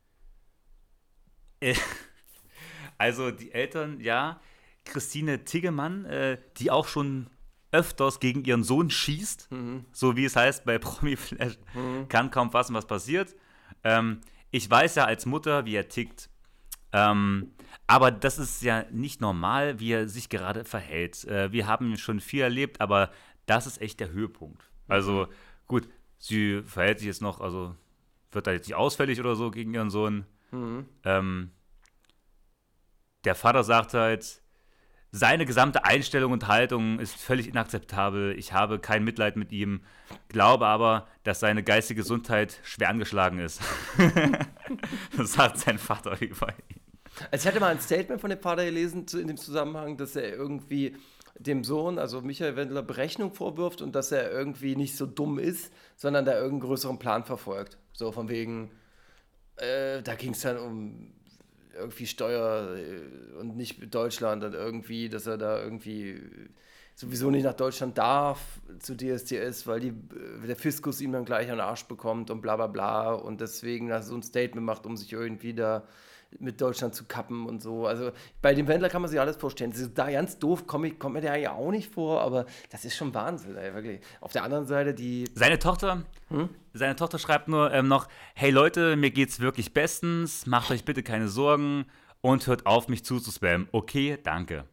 S3: Äh, Also, die Eltern, ja, Christine Tiggemann, äh, die auch schon öfters gegen ihren Sohn schießt, so wie es heißt bei Promi Flash, kann kaum fassen, was passiert. Ähm, ich weiß ja als Mutter, wie er tickt. Ähm, aber das ist ja nicht normal, wie er sich gerade verhält. Äh, wir haben schon viel erlebt, aber das ist echt der Höhepunkt. Also gut, sie verhält sich jetzt noch, also wird da jetzt nicht ausfällig oder so gegen ihren Sohn.
S5: Mhm.
S3: Ähm, der Vater sagt halt, seine gesamte Einstellung und Haltung ist völlig inakzeptabel. Ich habe kein Mitleid mit ihm, glaube aber, dass seine geistige Gesundheit schwer angeschlagen ist. Das sagt sein Vater über ihn.
S5: Also ich hatte mal ein Statement von dem Vater gelesen zu, in dem Zusammenhang, dass er irgendwie dem Sohn, also Michael Wendler, Berechnung vorwirft und dass er irgendwie nicht so dumm ist, sondern da irgendeinen größeren Plan verfolgt. So von wegen, äh, da ging es dann um irgendwie Steuer äh, und nicht Deutschland und irgendwie, dass er da irgendwie sowieso nicht nach Deutschland darf zu D S D S, weil die, äh, der Fiskus ihm dann gleich an den Arsch bekommt und bla bla bla und deswegen dass er so ein Statement macht, um sich irgendwie da mit Deutschland zu kappen und so. Also bei dem Wendler kann man sich alles vorstellen. Das ist da ganz doof, kommt, kommt mir der ja auch nicht vor, aber das ist schon Wahnsinn, ey, wirklich. Auf der anderen Seite die...
S3: Seine Tochter,
S5: Hm?
S3: seine Tochter schreibt nur ähm, noch, hey Leute, mir geht's wirklich bestens, macht euch bitte keine Sorgen und hört auf, mich zuzuspammen. Okay, danke.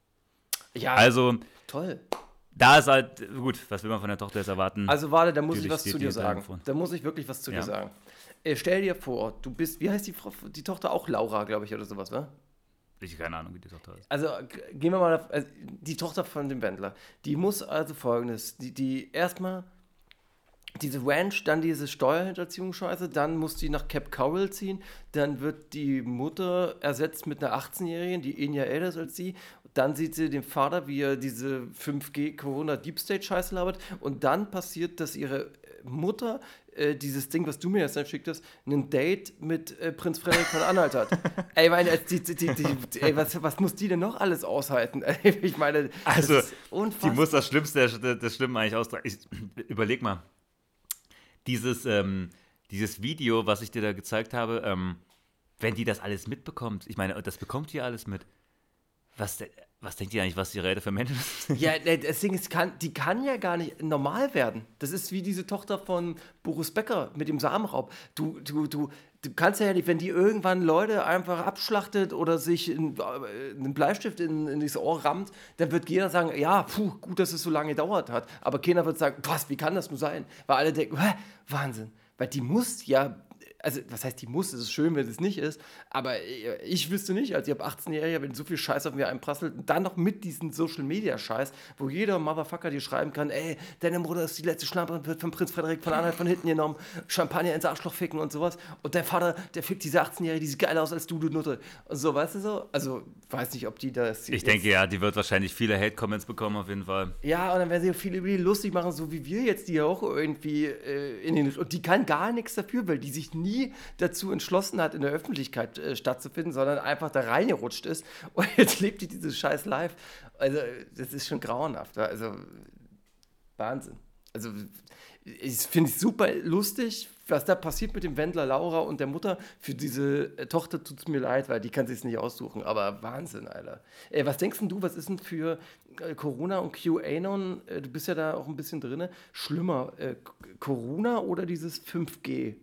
S5: Ja,
S3: Also,
S5: toll.
S3: da ist halt, gut, was will man von der Tochter jetzt erwarten?
S5: Also warte, da muss ich
S3: Natürlich
S5: was
S3: steht
S5: zu
S3: die
S5: dir
S3: da
S5: sagen.
S3: vor.
S5: Da muss ich wirklich was zu
S3: Ja.
S5: dir sagen. Äh, stell dir vor, du bist, wie heißt die Frau, die Tochter auch Laura, glaube ich, oder sowas, wa?
S3: Ich keine Ahnung, wie die Tochter heißt.
S5: Also g- gehen wir mal auf, also, die Tochter von dem Wendler, die muss also folgendes, die, die erstmal diese Ranch, dann diese Steuerhinterziehungsscheiße, dann muss die nach Cape Coral ziehen, dann wird die Mutter ersetzt mit einer achtzehnjährigen, die ein Jahr älter ist als sie, dann sieht sie den Vater, wie er diese fünf G Corona Deep State Scheiße labert und dann passiert, dass ihre Mutter äh, dieses Ding, was du mir jetzt geschickt hast, ein Date mit äh, Prinz Frederik von Anhalt hat. Ey, meine, als die, die, die, die, ey, was, was muss die denn noch alles aushalten? Ey, ich meine, das
S3: Also,
S5: ist unfassbar.
S3: die muss das Schlimmste, das, das Schlimme eigentlich austragen. Ich, überleg mal. Dieses, ähm, dieses Video, was ich dir da gezeigt habe, ähm, wenn die das alles mitbekommt, ich meine, das bekommt die alles mit. Was, de- was denkt ihr eigentlich, was die Räte für Menschen sind?
S5: Ja, ne, das Ding ist, kann, die kann ja gar nicht normal werden. Das ist wie diese Tochter von Boris Becker mit dem Samenraub. Du, du, du, du kannst ja nicht, wenn die irgendwann Leute einfach abschlachtet oder sich in, äh, einen Bleistift in, in das Ohr rammt, dann wird jeder sagen, ja, puh, gut, dass es so lange gedauert hat. Aber keiner wird sagen, was, wie kann das nur sein? Weil alle denken, hä, Wahnsinn. Weil die muss ja, also was heißt die muss, es ist schön, wenn es nicht ist, aber ich wüsste nicht, als ich ab achtzehnjähriger, wenn so viel Scheiß auf mir einprasselt und dann noch mit diesem Social-Media-Scheiß, wo jeder Motherfucker dir schreiben kann, ey, deine Mutter ist die letzte Schlampe und wird von Prinz Frederik von Anhalt von hinten genommen, Champagner ins Arschloch ficken und sowas und der Vater, der fickt diese achtzehnjährige, die sieht geiler aus als du, du Nutte und so, weißt du so? Also, weiß nicht, ob die das...
S3: Ich denke, ja, die wird wahrscheinlich viele Hate-Comments bekommen, auf jeden Fall.
S5: Ja, und dann werden sie viel über die lustig machen, so wie wir jetzt, die ja auch irgendwie äh, in den... Und die kann gar nichts dafür, weil die sich nie dazu entschlossen hat, in der Öffentlichkeit äh, stattzufinden, sondern einfach da reingerutscht ist. Und jetzt lebt die dieses scheiß Live. Also, das ist schon grauenhaft. Also, Wahnsinn. Also, ich finde es super lustig, was da passiert mit dem Wendler, Laura und der Mutter. Für diese äh, Tochter tut es mir leid, weil die kann sich nicht aussuchen. Aber Wahnsinn, Alter. Äh, was denkst denn du, was ist denn für äh, Corona und QAnon, äh, du bist ja da auch ein bisschen drin, schlimmer? Äh, K- Corona oder dieses fünf G?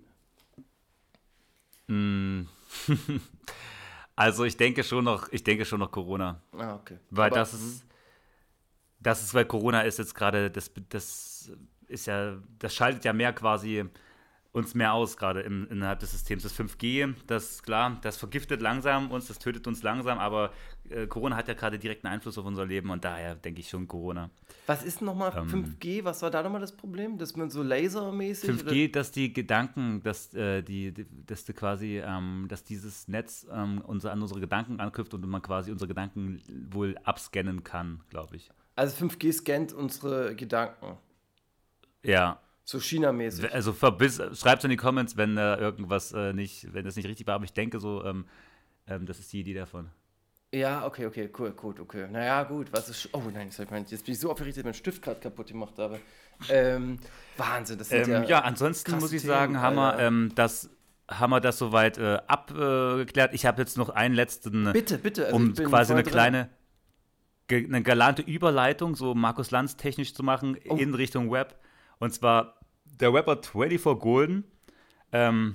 S3: Also ich denke schon noch, ich denke schon noch Corona.
S5: Ah, okay.
S3: Weil
S5: Aber-
S3: das ist, das ist, weil Corona ist jetzt gerade, das, das ist ja, das schaltet ja mehr quasi uns mehr aus, gerade im, innerhalb des Systems. Das fünf G, das klar, das vergiftet langsam uns, das tötet uns langsam, aber äh, Corona hat ja gerade direkten Einfluss auf unser Leben und daher denke ich schon Corona.
S5: Was ist nochmal
S3: Ähm,
S5: fünf G? Was war da nochmal das Problem? Dass man so lasermäßig...
S3: fünf G, dass die Gedanken, dass äh, die, die, dass die quasi, ähm, dass dieses Netz ähm, unser, an unsere Gedanken anknüpft und man quasi unsere Gedanken wohl abscannen kann, glaube ich.
S5: Oder, also fünf G scannt unsere Gedanken.
S3: Ja.
S5: So China-mäßig.
S3: Also verbiss, schreibt in die Comments, wenn da irgendwas äh, nicht, wenn das nicht richtig war, aber ich denke so, ähm, ähm, das ist die Idee davon.
S5: Ja, okay, okay, cool, gut, okay. Naja, gut, was ist... Oh nein, jetzt, hab ich mein, jetzt bin ich so aufgeregt, dass ich meinen Stift gerade kaputt gemacht habe. Ähm, Wahnsinn, das sind
S3: Ähm,
S5: ja...
S3: ja, ansonsten
S5: krasse
S3: muss ich
S5: Themen,
S3: sagen, haben wir,
S5: Alter.
S3: ähm, das, haben wir das soweit äh, abgeklärt. Ich habe jetzt noch einen letzten,
S5: Bitte, bitte. Also
S3: um
S5: ich bin
S3: quasi
S5: voll
S3: eine
S5: drin.
S3: kleine, ge, eine galante Überleitung, so Markus Lanz technisch zu machen,
S5: Oh.
S3: in Richtung Web. Und zwar der Rapper vierundzwanzig Golden ähm,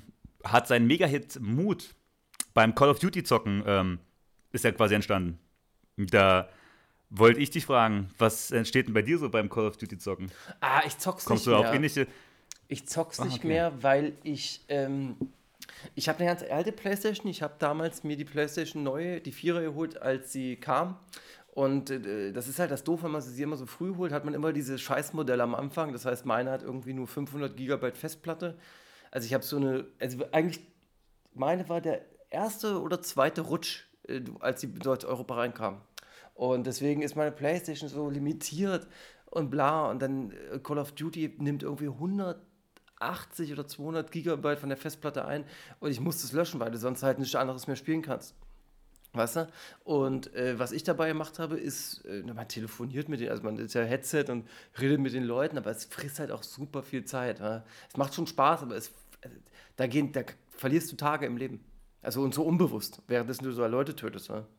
S3: hat sein Mega-Hit Mut beim Call of Duty zocken, ähm, ist ja quasi entstanden. Da wollte ich dich fragen, was entsteht denn bei dir so beim Call of Duty zocken?
S5: Ah, ich zock's
S3: Kommst
S5: nicht
S3: du
S5: mehr.
S3: auf ähnliche...
S5: Ich zock's
S3: Ah,
S5: nicht
S3: okay.
S5: mehr, weil ich, ähm, ich habe eine ganz alte Playstation. Ich habe damals mir die Playstation neue, die Vierer geholt, als sie kam. Und äh, das ist halt das Doof, wenn man sie immer so früh holt, hat man immer diese Scheißmodelle am Anfang. Das heißt, meine hat irgendwie nur fünfhundert Gigabyte Festplatte. Also ich habe so eine, also eigentlich, meine war der erste oder zweite Rutsch, äh, als sie dort Europa reinkam. Und deswegen ist meine Playstation so limitiert und bla. Und dann äh, Call of Duty nimmt irgendwie hundertachtzig oder zweihundert Gigabyte von der Festplatte ein. Und ich muss das löschen, weil du sonst halt nichts anderes mehr spielen kannst. Weißt du? Und äh, was ich dabei gemacht habe, ist, äh, man telefoniert mit den, also man ist ja Headset und redet mit den Leuten, aber es frisst halt auch super viel Zeit. Ja? Es macht schon Spaß, aber es, äh, da, gehen, da verlierst du Tage im Leben. Also und so unbewusst, währenddessen du so Leute tötest. Ja?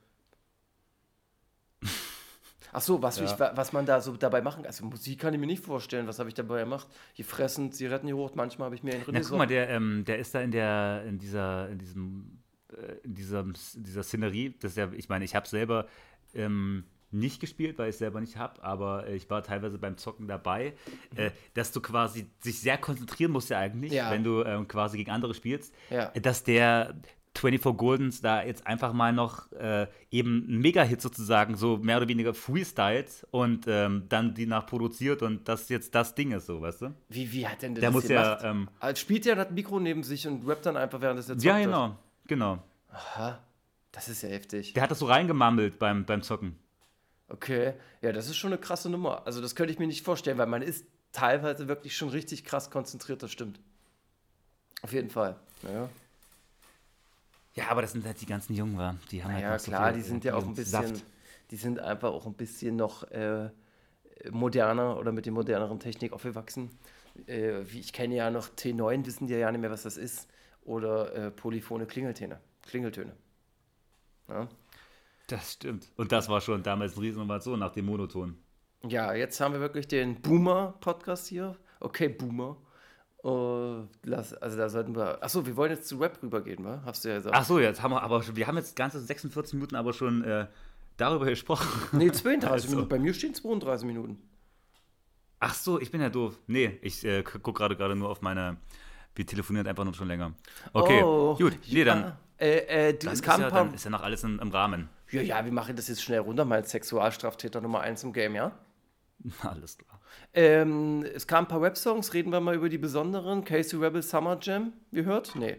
S5: Ach so, was,
S3: Ja.
S5: ich, was man da so dabei machen kann. Also Musik kann ich mir nicht vorstellen. Was habe ich dabei gemacht? Hier fressen, Zigaretten geholt. Manchmal habe ich mir einen
S3: Na, guck mal, der, ähm, der ist da in der, in dieser, in diesem, äh, in dieser, dieser Szenerie, das ist ja, ich meine, ich habe selber ähm, nicht gespielt, weil ich es selber nicht habe, aber äh, ich war teilweise beim Zocken dabei, äh, dass du quasi sich sehr konzentrieren musst ja eigentlich,
S5: Ja.
S3: wenn du ähm, quasi gegen andere spielst,
S5: Ja.
S3: äh, dass der vierundzwanzig Goldens da jetzt einfach mal noch äh, eben einen Mega-Hit sozusagen so mehr oder weniger freestylt und ähm, dann die nachproduziert und das jetzt das Ding ist, so, weißt du?
S5: Wie, wie hat denn der,
S3: Der
S5: das
S3: muss ja,
S5: gemacht?
S3: ähm,
S5: Als spielt der das Mikro neben sich und rappt dann einfach, während es jetzt
S3: Ja, genau, genau.
S5: Aha, das ist ja heftig.
S3: Der hat das so reingemammelt beim, beim Zocken.
S5: Okay, ja, das ist schon eine krasse Nummer. Also das könnte ich mir nicht vorstellen, weil man ist teilweise wirklich schon richtig krass konzentriert, das stimmt. Auf jeden Fall. Ja,
S3: Ja, aber das sind halt die ganzen Jungen, wa? Die haben halt
S5: ja
S3: noch so
S5: klar,
S3: viel
S5: die sind ja auch ein bisschen,
S3: Saft.
S5: die sind einfach auch ein bisschen noch äh, moderner oder mit der moderneren Technik aufgewachsen. Äh, wie ich kenne ja noch T neun, wissen die ja nicht mehr, was das ist. Oder äh, polyphone Klingeltöne. Klingeltöne. Ja.
S3: Das stimmt. Und das war schon damals eine Rieseninnovation nach dem Monoton.
S5: Ja, jetzt haben wir wirklich den Boomer-Podcast hier. Okay, Boomer. Uh, lass, also da sollten wir. Achso, wir wollen jetzt zu Rap rübergehen, wa? Hast du ja gesagt.
S3: Ach so, jetzt haben wir aber schon, wir haben jetzt ganze sechsundvierzig Minuten aber schon äh, darüber gesprochen.
S5: Nee, zweiunddreißig
S3: Also.
S5: Minuten. Bei mir stehen zweiunddreißig Minuten.
S3: Ach so, ich bin ja doof. Nee, ich äh, gucke gerade gerade nur auf meine. Wir telefonieren einfach nur schon länger. Okay,
S5: Oh,
S3: gut. Nee, dann,
S5: ja. Äh, äh, du,
S3: dann,
S5: es
S3: ist
S5: kam
S3: ja,
S5: ein paar.
S3: dann ist ja noch alles im, im Rahmen.
S5: Ja, ja, wir machen das jetzt schnell runter, mal als Sexualstraftäter Nummer eins im Game, ja?
S3: Alles klar.
S5: Ähm, es kamen ein paar Rap-Songs, reden wir mal über die besonderen. Casey Rebel Summer Jam, gehört? Nee.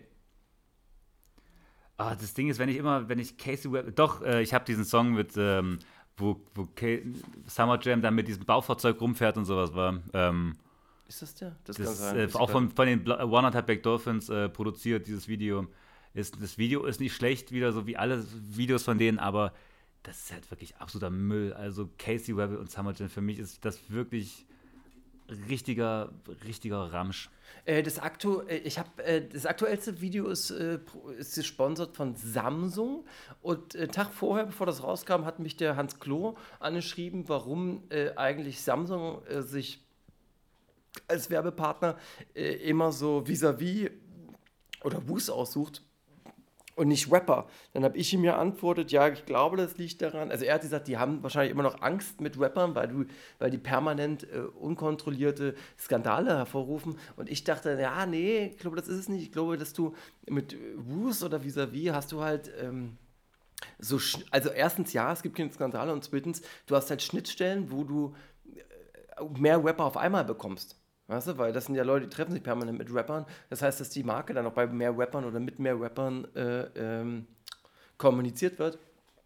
S3: Ah, das Ding ist, wenn ich immer, wenn ich Casey Webb, doch, äh, ich habe diesen Song mit, ähm, wo, wo Ca- Summer Jam dann mit diesem Baufahrzeug rumfährt und sowas war. Ähm,
S5: Ist das der? Das,
S3: das
S5: kann
S3: ist
S5: sein.
S3: äh,
S5: Weiß ich
S3: auch
S5: gar
S3: von, von den Bla- One and a Half Black Dolphins äh, produziert, dieses Video. Ist, das Video ist nicht schlecht, wieder so wie alle Videos von denen, aber das ist halt wirklich absoluter Müll. Also Casey Rebel und Summer Jam, für mich ist das wirklich richtiger, richtiger Ramsch.
S5: Äh, das, aktu äh, ich hab, äh, das aktuellste Video ist, äh, pro- ist gesponsert von Samsung und äh, Tag vorher, bevor das rauskam, hat mich der Hans Klo angeschrieben, warum äh, eigentlich Samsung äh, sich als Werbepartner äh, immer so vis-à-vis oder Wus aussucht und nicht Rapper. Dann habe ich ihm ja antwortet, ja, ich glaube, das liegt daran. Also er hat gesagt, die haben wahrscheinlich immer noch Angst mit Rappern, weil, du, weil die permanent äh, unkontrollierte Skandale hervorrufen. Und ich dachte, ja, nee, ich glaube, das ist es nicht. Ich glaube, dass du mit Wus oder vis-à-vis hast du halt ähm, so, sch- also erstens, ja, es gibt keine Skandale und zweitens, du hast halt Schnittstellen, wo du äh, mehr Rapper auf einmal bekommst. Weißt du, weil das sind ja Leute, die treffen sich permanent mit Rappern. Das heißt, dass die Marke dann auch bei mehr Rappern oder mit mehr Rappern äh, ähm, kommuniziert wird.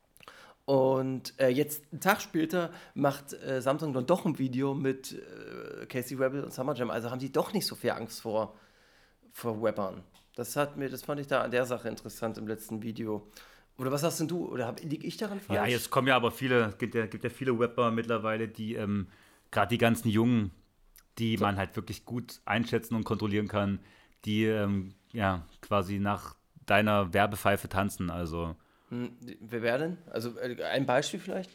S5: Und äh, jetzt, einen Tag später, macht äh, Samsung dann doch ein Video mit äh, Casey Rebel und Summer Jam. Also haben die doch nicht so viel Angst vor, vor Rappern. Das hat mir, das fand ich da an der Sache interessant im letzten Video. Oder was hast denn du? Oder hab, lieg ich daran falsch?
S3: Ja, jetzt kommen ja aber viele, gibt ja, gibt ja viele Rapper mittlerweile, die, ähm, gerade die ganzen Jungen, die man halt wirklich gut einschätzen und kontrollieren kann, die ähm, ja quasi nach deiner Werbepfeife tanzen. Also,
S5: Hm, wer wäre denn? Also äh, ein Beispiel vielleicht?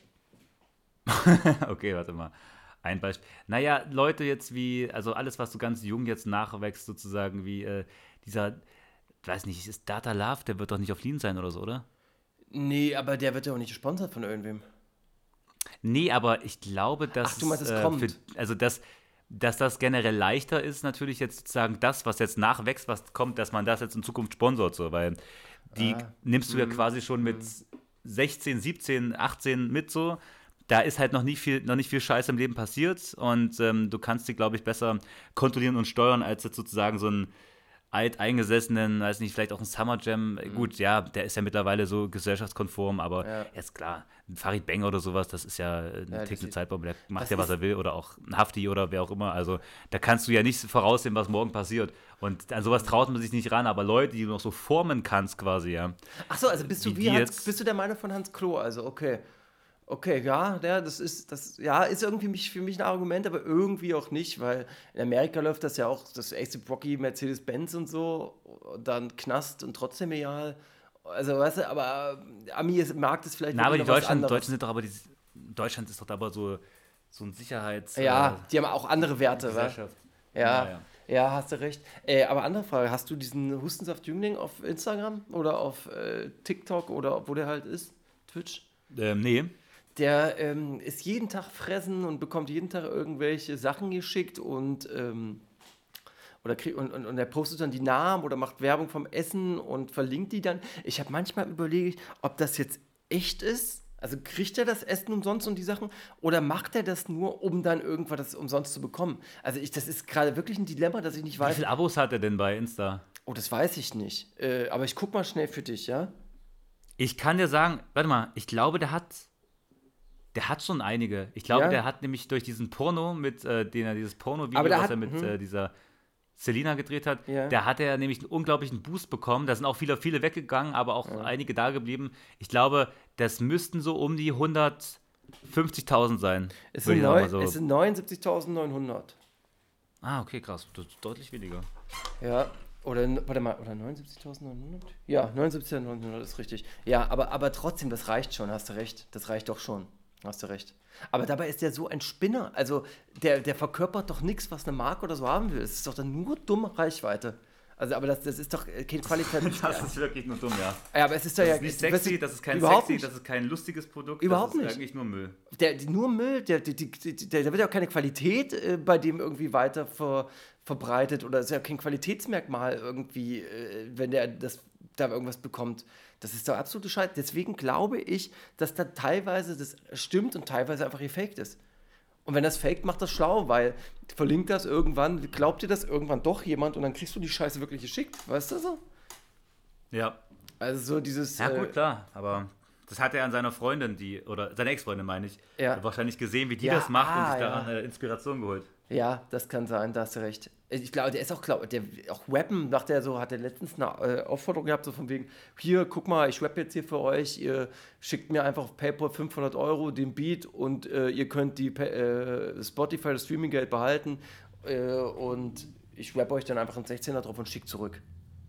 S3: okay, warte mal. Ein Beispiel. Naja, Leute jetzt wie, also alles, was so ganz jung jetzt nachwächst, sozusagen, wie äh, dieser weiß nicht, ist Data Love, der wird doch nicht auf Lean sein oder so, oder?
S5: Nee, aber der wird ja auch nicht gesponsert von irgendwem.
S3: Nee, aber ich glaube, dass
S5: Ach, du meinst, es
S3: äh,
S5: kommt.
S3: Für, also dass, dass das generell leichter ist, natürlich jetzt sozusagen das, was jetzt nachwächst, was kommt, dass man das jetzt in Zukunft sponsort, so, weil die
S5: Ah,
S3: nimmst du ja
S5: mm,
S3: quasi schon mit sechzehn, siebzehn, achtzehn mit so. Da ist halt noch nicht viel, noch nicht viel Scheiß im Leben passiert und ähm, du kannst die, glaube ich, besser kontrollieren und steuern, als jetzt sozusagen so einen alteingesessenen, weiß nicht, vielleicht auch ein Summer Jam. Gut, ja, der ist ja mittlerweile so gesellschaftskonform, aber
S5: Ja.
S3: jetzt klar, ein Farid Bang oder sowas, das ist ja ein
S5: Ja,
S3: Tick
S5: das
S3: eine
S5: ist-
S3: Zeitbombe, der macht
S5: das
S3: ja, was
S5: ist-
S3: er will oder auch ein Hafti oder wer auch immer. Also da kannst du ja nicht voraussehen, was morgen passiert. Und an sowas traut man sich nicht ran, aber Leute, die du noch so formen kannst quasi, ja.
S5: Achso, also bist du
S3: Wie
S5: wie
S3: die
S5: Hans,
S3: jetzt-
S5: bist du der Meinung von Hans Klo, also okay. Okay, ja, ja, das ist, das, ja, ist irgendwie mich, für mich ein Argument, aber irgendwie auch nicht, weil in Amerika läuft das ja auch, das A$AP Rocky, Mercedes-Benz und so, und dann Knast und trotzdem egal. Also, weißt du, aber äh, Ami ist, mag das vielleicht
S3: Na, aber die
S5: wirklich noch was
S3: Deutschland,
S5: anderes.
S3: Deutschen sind doch aber, die, Deutschland ist doch aber so, so ein Sicherheits...
S5: Ja,
S3: äh,
S5: die haben auch andere Werte, wa?
S3: Gesellschaft.
S5: Ja,
S3: Ja,
S5: ja,
S3: ja.
S5: hast du recht. Äh, aber andere Frage, hast du diesen Hustensaft-Jüngling auf Instagram oder auf äh, TikTok oder wo der halt ist, Twitch?
S3: Ähm, nee.
S5: Der ähm, ist jeden Tag fressen und bekommt jeden Tag irgendwelche Sachen geschickt und, ähm, oder krieg, und, und, und er postet dann die Namen oder macht Werbung vom Essen und verlinkt die dann. Ich habe manchmal überlegt, ob das jetzt echt ist. Also kriegt er das Essen umsonst und die Sachen oder macht er das nur, um dann irgendwas das umsonst zu bekommen? Also ich, das ist gerade wirklich ein Dilemma, dass ich nicht
S3: Wie
S5: weiß.
S3: viele Abos hat er denn bei Insta?
S5: Oh, das weiß ich nicht. Äh, aber ich guck mal schnell für dich, ja?
S3: Ich kann dir sagen, warte mal, ich glaube, der hat, der hat schon einige. Ich glaube,
S5: Ja?
S3: der hat nämlich durch diesen Porno mit, äh, den er dieses Porno-Video,
S5: Aber der
S3: was
S5: hat-
S3: er mit
S5: hm.
S3: äh, dieser Selina gedreht hat,
S5: Ja.
S3: da hat er nämlich einen unglaublichen Boost bekommen. Da sind auch viele, viele weggegangen, aber auch einige da geblieben. Ich glaube, das müssten so um die hundertfünfzigtausend sein.
S5: Es
S3: würde
S5: sind,
S3: ich sagen
S5: neun,
S3: mal so.
S5: es sind neunundsiebzigtausendneunhundert.
S3: Ah, okay, krass. Das ist deutlich weniger.
S5: Ja, oder, warte mal, oder neunundsiebzigtausendneunhundert? Ja, neunundsiebzigtausendneunhundert ist richtig. Ja, aber, aber trotzdem, das reicht schon, hast du recht. Das reicht doch schon, hast du recht. Aber dabei ist der so ein Spinner. Also, der, der verkörpert doch nichts, was eine Marke oder so haben will. Es ist doch dann nur dumme Reichweite. Also, aber das, das ist doch äh, keine Qualität.
S3: Das ist wirklich nur dumm, ja.
S5: Ja, aber es ist doch
S3: Das
S5: ja.
S3: ist nicht
S5: weißt
S3: sexy,
S5: du,
S3: das ist kein
S5: überhaupt
S3: sexy,
S5: nicht.
S3: das ist kein lustiges Produkt.
S5: Überhaupt
S3: das ist
S5: nicht.
S3: eigentlich nur Müll.
S5: Der, die, nur Müll, der, die, die, die, der, der wird ja auch keine Qualität äh, bei dem irgendwie weiter ver, verbreitet oder ist ja kein Qualitätsmerkmal irgendwie, äh, wenn der das, da irgendwas bekommt. Das ist doch absolute Scheiße. Deswegen glaube ich, dass da teilweise das stimmt und teilweise einfach gefaked ist. Und wenn das faked, macht das schlau, weil verlinkt das irgendwann, glaubt dir das irgendwann doch jemand und dann kriegst du die Scheiße wirklich geschickt, weißt du so?
S3: Ja.
S5: Also so dieses...
S3: Ja,
S5: äh,
S3: gut, klar, aber das hat er an seiner Freundin, die, oder seine Ex-Freundin, meine ich,
S5: Ja.
S3: wahrscheinlich gesehen, wie die
S5: Ja,
S3: das macht und
S5: ah,
S3: sich
S5: ja.
S3: daran äh, Inspiration geholt.
S5: Ja, das kann sein, da hast du recht. Ich glaube, der ist auch, glaub, der auch rappen, macht er so, hat er letztens eine äh, Aufforderung gehabt, so von wegen, hier, guck mal, ich rappe jetzt hier für euch, ihr schickt mir einfach auf PayPal fünfhundert Euro den Beat und äh, ihr könnt die Pa- äh, Spotify, das Streaminggeld behalten äh, und ich rappe euch dann einfach einen sechzehner drauf und schick zurück.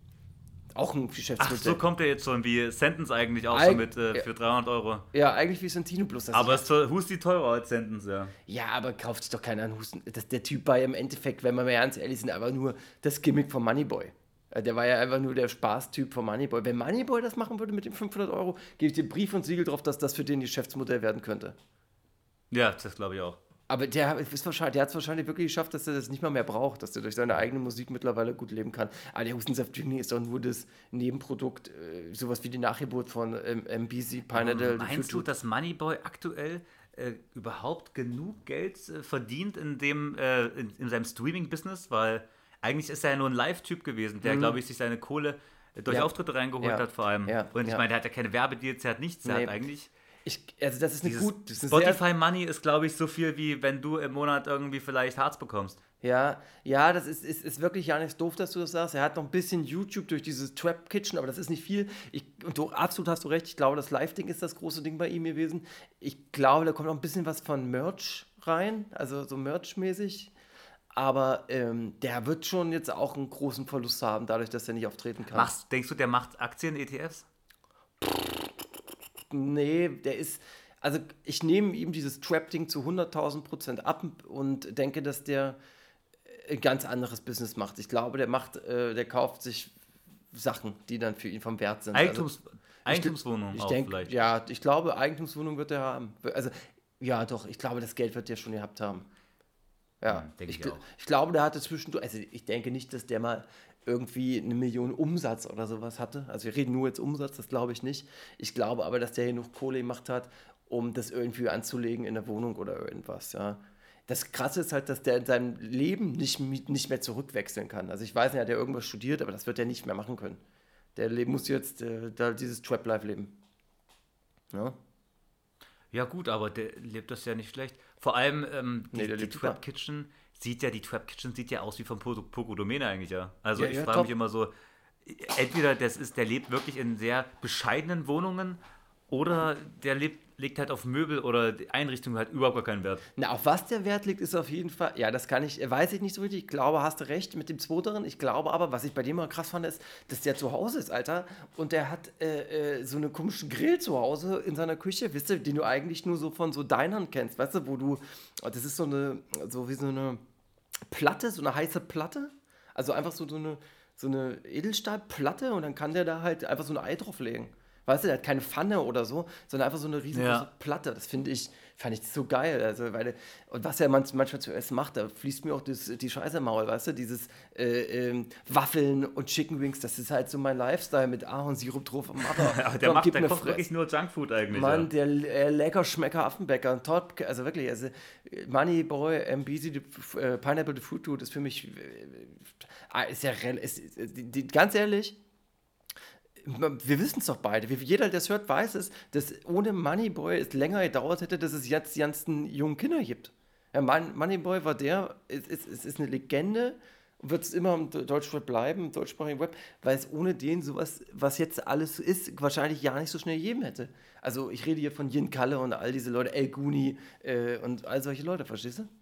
S5: Auch ein
S3: Ach,
S5: Geschäftsmodell.
S3: so kommt er jetzt schon, wie Sentence eigentlich auch
S5: Eig-
S3: so mit äh, für dreihundert Euro.
S5: Ja, eigentlich wie Santino plus das.
S3: Aber es ist Husti teurer als Sentence, ja.
S5: Ja, aber kauft sich doch keiner einen Husten. Das, der Typ war ja im Endeffekt, wenn wir mal ganz ehrlich sind, einfach nur das Gimmick von Moneyboy. Äh, Der war ja einfach nur der Spaßtyp von Moneyboy. Wenn Moneyboy das machen würde mit den fünfhundert Euro, gebe ich dir Brief und Siegel drauf, dass das für den Geschäftsmodell werden könnte.
S3: Ja, das glaube ich auch.
S5: Aber der ist wahrscheinlich, der hat es wahrscheinlich wirklich geschafft, dass er das nicht mal mehr braucht, dass er durch seine eigene Musik mittlerweile gut leben kann. Aber der Hustensaft Junior ist doch nur das Nebenprodukt, äh, sowas wie die Nachgeburt von ähm, M B C, Pinedale.
S3: Meinst du, dass Moneyboy aktuell äh, überhaupt genug Geld äh, verdient in, dem, äh, in, in seinem Streaming-Business? Weil eigentlich ist er ja nur ein Live-Typ gewesen, der, glaube ich, sich seine Kohle äh, durch
S5: Ja.
S3: Auftritte reingeholt
S5: Ja.
S3: hat vor allem.
S5: Ja.
S3: Und ich
S5: Ja.
S3: meine, der hat ja keine Werbedeals, der hat nichts, der
S5: Nee.
S3: hat eigentlich...
S5: Ich, also das ist eine
S3: Dieses
S5: gut, das ist eine sehr,
S3: Spotify Money ist, glaube ich, so viel, wie wenn du im Monat irgendwie vielleicht Harz bekommst.
S5: Ja, ja, das ist, ist, ist wirklich ja nicht doof, dass du das sagst. Er hat noch ein bisschen YouTube durch dieses Trap Kitchen, aber das ist nicht viel. Ich, und du, absolut hast du recht, ich glaube, das Live-Ding ist das große Ding bei ihm gewesen. Ich glaube, da kommt noch ein bisschen was von Merch rein, also so Merch-mäßig. Aber ähm, der wird schon jetzt auch einen großen Verlust haben, dadurch, dass er nicht auftreten kann.
S3: Machst, denkst du, der macht Aktien-E T Fs?
S5: Nee, der ist, also ich nehme ihm dieses Trap-Ding zu hunderttausend Prozent ab und denke, dass der ein ganz anderes Business macht. Ich glaube, der macht, äh, der kauft sich Sachen, die dann für ihn vom Wert sind.
S3: Eigentums,
S5: also,
S3: Eigentumswohnung
S5: ich
S3: auch
S5: denk,
S3: vielleicht.
S5: Ja, ich glaube, Eigentumswohnung wird er haben. Also, ja, doch, ich glaube, das Geld wird er schon gehabt haben. Ja,
S3: Ja, denk
S5: ich,
S3: ich
S5: gl-
S3: auch.
S5: ich glaube, der hatte zwischendurch, also ich denke nicht, dass der mal irgendwie eine Million Umsatz oder sowas hatte. Also wir reden nur jetzt Umsatz, das glaube ich nicht. Ich glaube aber, dass der genug Kohle gemacht hat, um das irgendwie anzulegen in der Wohnung oder irgendwas, ja. Das Krasse ist halt, dass der in seinem Leben nicht, mi- nicht mehr zurückwechseln kann. Also ich weiß nicht, er hat ja irgendwas studiert, aber das wird er nicht mehr machen können. Der le- muss jetzt äh, da dieses Trap-Life leben. Ja?
S3: Ja gut, aber der lebt das ja nicht schlecht. Vor allem ähm, die,
S5: Nee, der
S3: die
S5: lebt super.
S3: Trap Kitchen sieht ja, die Trap Kitchen sieht ja aus wie von Poco, Poco Domene eigentlich, ja. Also
S5: Ja,
S3: ich
S5: ja,
S3: frage
S5: top.
S3: mich immer so, entweder das ist, der lebt wirklich in sehr bescheidenen Wohnungen oder der lebt, legt halt auf Möbel oder die Einrichtung hat überhaupt gar keinen Wert.
S5: Na, auf was der Wert liegt, ist auf jeden Fall, ja, das kann ich, äh, weiß ich nicht so richtig. Ich glaube, hast du recht mit dem Zweiteren. Ich glaube aber, was ich bei dem mal krass fand, ist, dass der zu Hause ist, Alter. Und der hat äh, äh, so einen komischen Grill zu Hause in seiner Küche, wisst ihr, den du eigentlich nur so von so Dinern kennst, weißt du, wo du, das ist so eine, so wie so eine Platte, so eine heiße Platte. Also einfach so, so eine, so eine Edelstahlplatte und dann kann der da halt einfach so ein Ei drauflegen. Weißt du, der hat keine Pfanne oder so, sondern einfach so eine riesengroße
S3: Ja.
S5: Platte. Das finde ich, fand ich so geil. Also, weil, und was er manch, manchmal zu essen macht, da fließt mir auch das, die Scheiße im Maul, weißt du? Dieses äh, ähm, Waffeln und Chicken Wings, das ist halt so mein Lifestyle mit Ahornsirup drauf. Aber,
S3: Aber der macht, der kocht wirklich nur Junkfood eigentlich.
S5: Mann,
S3: ja.
S5: der äh, lecker Schmecker Affenbäcker, ein top, also wirklich, also äh, Money Boy, M B C, the, äh, Pineapple the Fruit Dude ist für mich, äh, ist ja, rel- ist, ist, die, die, ganz ehrlich, wir wissen es doch beide, wie jeder, der es hört, weiß es, dass ohne Moneyboy es länger gedauert hätte, dass es jetzt die ganzen jungen Kinder gibt. Ja, Mon- Moneyboy war der, es ist, ist, ist eine Legende, wird es immer im Deutschrap bleiben, im deutschsprachigen Web, weil es ohne den sowas, was jetzt alles ist, wahrscheinlich ja nicht so schnell gegeben hätte. Also ich rede hier von Yin Kalle und all diese Leute, El Guni äh, und all solche Leute, verstehst du?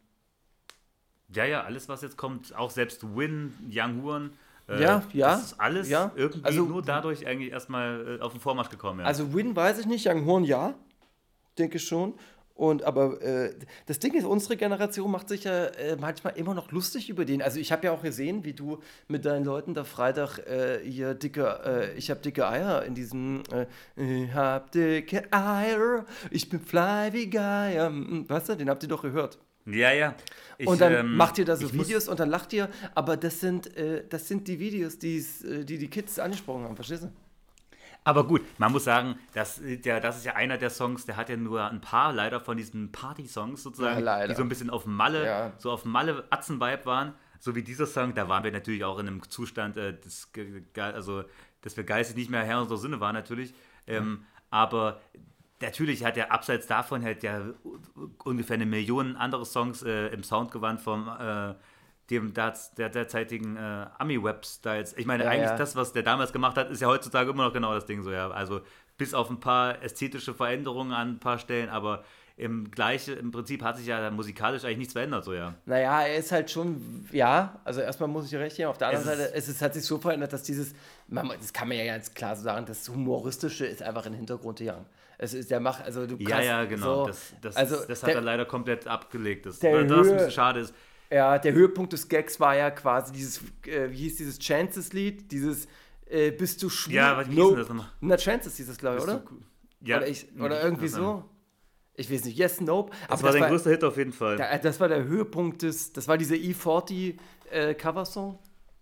S3: ja, ja, alles was jetzt kommt, auch selbst Win, Young Huren, äh,
S5: Ja, ja,
S3: das ist alles
S5: ja.
S3: irgendwie
S5: Also-
S3: nur dadurch eigentlich erstmal äh, auf den Vormarsch gekommen. Ja.
S5: Also Win weiß ich nicht, Young Horn ja, denke schon. Und aber äh, das Ding ist, unsere Generation macht sich ja äh, manchmal immer noch lustig über den. Also ich habe ja auch gesehen, wie du mit deinen Leuten da Freitag äh, hier dicke, äh, ich habe dicke Eier in diesem, äh, ich hab dicke Eier, ich bin fly wie Geier. Weißt du, den habt ihr doch gehört.
S3: ja, ja. Ich,
S5: Und dann
S3: ähm,
S5: macht ihr da so
S3: ich muss-
S5: Videos und dann lacht ihr, aber das sind, äh, das sind die Videos, die's, äh, die die Kids angesprochen haben, verstehst du?
S3: Aber gut, man muss sagen, das, der, das ist ja einer der Songs, der hat ja nur ein paar leider von diesen Party-Songs sozusagen,
S5: Ja, leider.
S3: die so ein bisschen auf Malle,
S5: Ja.
S3: so auf Malle Atzen-Vibe waren, so wie dieser Song, da waren wir natürlich auch in einem Zustand, äh, das, ge- ge- also, dass wir geistig nicht mehr Herr unserer Sinne waren natürlich, ähm, aber natürlich hat er abseits davon halt ja ungefähr eine Million andere Songs äh, im Soundgewand vom äh, dem der, der derzeitigen äh, Ami-Web-Styles. Ich meine,
S5: Ja,
S3: eigentlich
S5: ja.
S3: das, was der damals gemacht hat, ist ja heutzutage immer noch genau das Ding so, ja. Also bis auf ein paar ästhetische Veränderungen an ein paar Stellen, aber im gleiche, im Prinzip hat sich ja musikalisch eigentlich nichts verändert, so ja.
S5: Naja, er ist halt schon, ja, also erstmal muss ich dir recht geben, auf der anderen
S3: Es ist-
S5: Seite, es ist, hat sich so verändert, dass dieses, man, das kann man ja ganz klar so sagen, das Humoristische ist einfach in den Hintergrund gegangen. Es ist, der macht, also du
S3: Ja,
S5: kannst
S3: ja, genau.
S5: so,
S3: das das,
S5: also
S3: das hat
S5: der,
S3: er leider komplett abgelegt. Das,
S5: der
S3: was ein
S5: Höhe-
S3: bisschen schade ist.
S5: ja, der Höhepunkt des Gags war ja quasi dieses, äh, wie hieß dieses Chances-Lied, dieses, äh, bist du schwul?
S3: Ja, was- wie hieß denn das nochmal?
S5: Na, Chances hieß das, glaube ich,
S3: Bist
S5: oder?
S3: du- Ja,
S5: oder ich,
S3: wie
S5: oder
S3: hieß
S5: irgendwie
S3: das denn?
S5: so. Ich weiß nicht, Yes, Nope.
S3: Das war sein größter Hit auf jeden Fall.
S5: Da- Das war der Höhepunkt des, das war dieser E vierzig äh, Coversong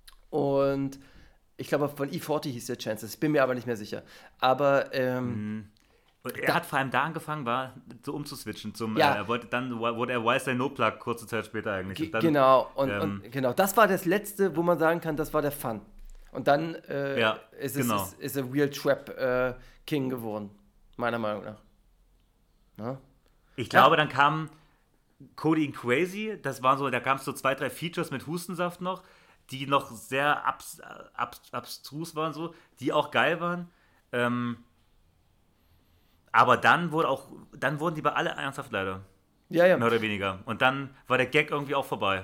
S5: und ich glaube von E vierzig hieß der Chances, ich bin mir aber nicht mehr sicher. Aber ähm,
S3: Und er hat vor allem da angefangen, war so umzuswitchen zum,
S5: Ja.
S3: äh, er wollte dann wurde er Wise No Plug kurze Zeit später eigentlich.
S5: ge-
S3: Und dann,
S5: genau und,
S3: ähm,
S5: und genau, das war das letzte, wo man sagen kann, das war der Fun. Und dann äh,
S3: Ja,
S5: ist, es,
S3: genau.
S5: ist, ist er Real Trap äh, King geworden, meiner Meinung nach. Ja?
S3: Ich glaube, dann kam Cody and Crazy, das war so, da gab es so zwei, drei Features mit Hustensaft noch, die noch sehr abs, abs, abstrus waren, so, die auch geil waren. Ähm, aber dann wurde auch, dann wurden die bei alle ernsthaft leider,
S5: Ja, ja.
S3: mehr oder weniger. Und dann war der Gag irgendwie auch vorbei.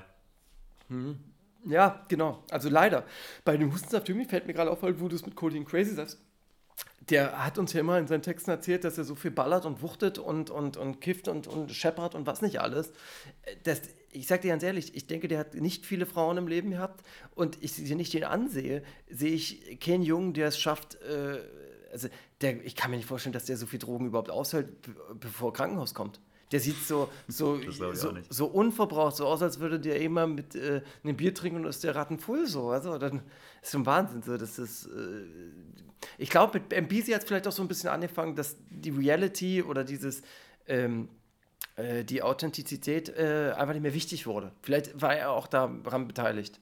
S5: Ja, genau. Also leider. Bei dem Hustensaft Jimmy fällt mir gerade auf, weil wo du es mit Cody and Crazy sagst. der hat uns ja immer in seinen Texten erzählt, dass er so viel ballert und wuchtet und, und, und kifft und, und scheppert und was nicht alles. Das, ich sag dir ganz ehrlich, ich denke, der hat nicht viele Frauen im Leben gehabt und ich, wenn ich den ansehe, sehe ich keinen Jungen, der es schafft, äh, also der, ich kann mir nicht vorstellen, dass der so viel Drogen überhaupt aushält, b- bevor er Krankenhaus kommt. Der sieht so, so,
S3: Das glaub ich
S5: so,
S3: auch nicht.
S5: so unverbraucht, so aus, als würde der immer mit äh, einem Bier trinken und ist der Rattenfull so. Also, dann ist schon Wahnsinn. So, das ist, äh, ich glaube, mit M B C hat es vielleicht auch so ein bisschen angefangen, dass die Reality oder dieses, ähm, äh, die Authentizität äh, einfach nicht mehr wichtig wurde. Vielleicht war er auch daran beteiligt.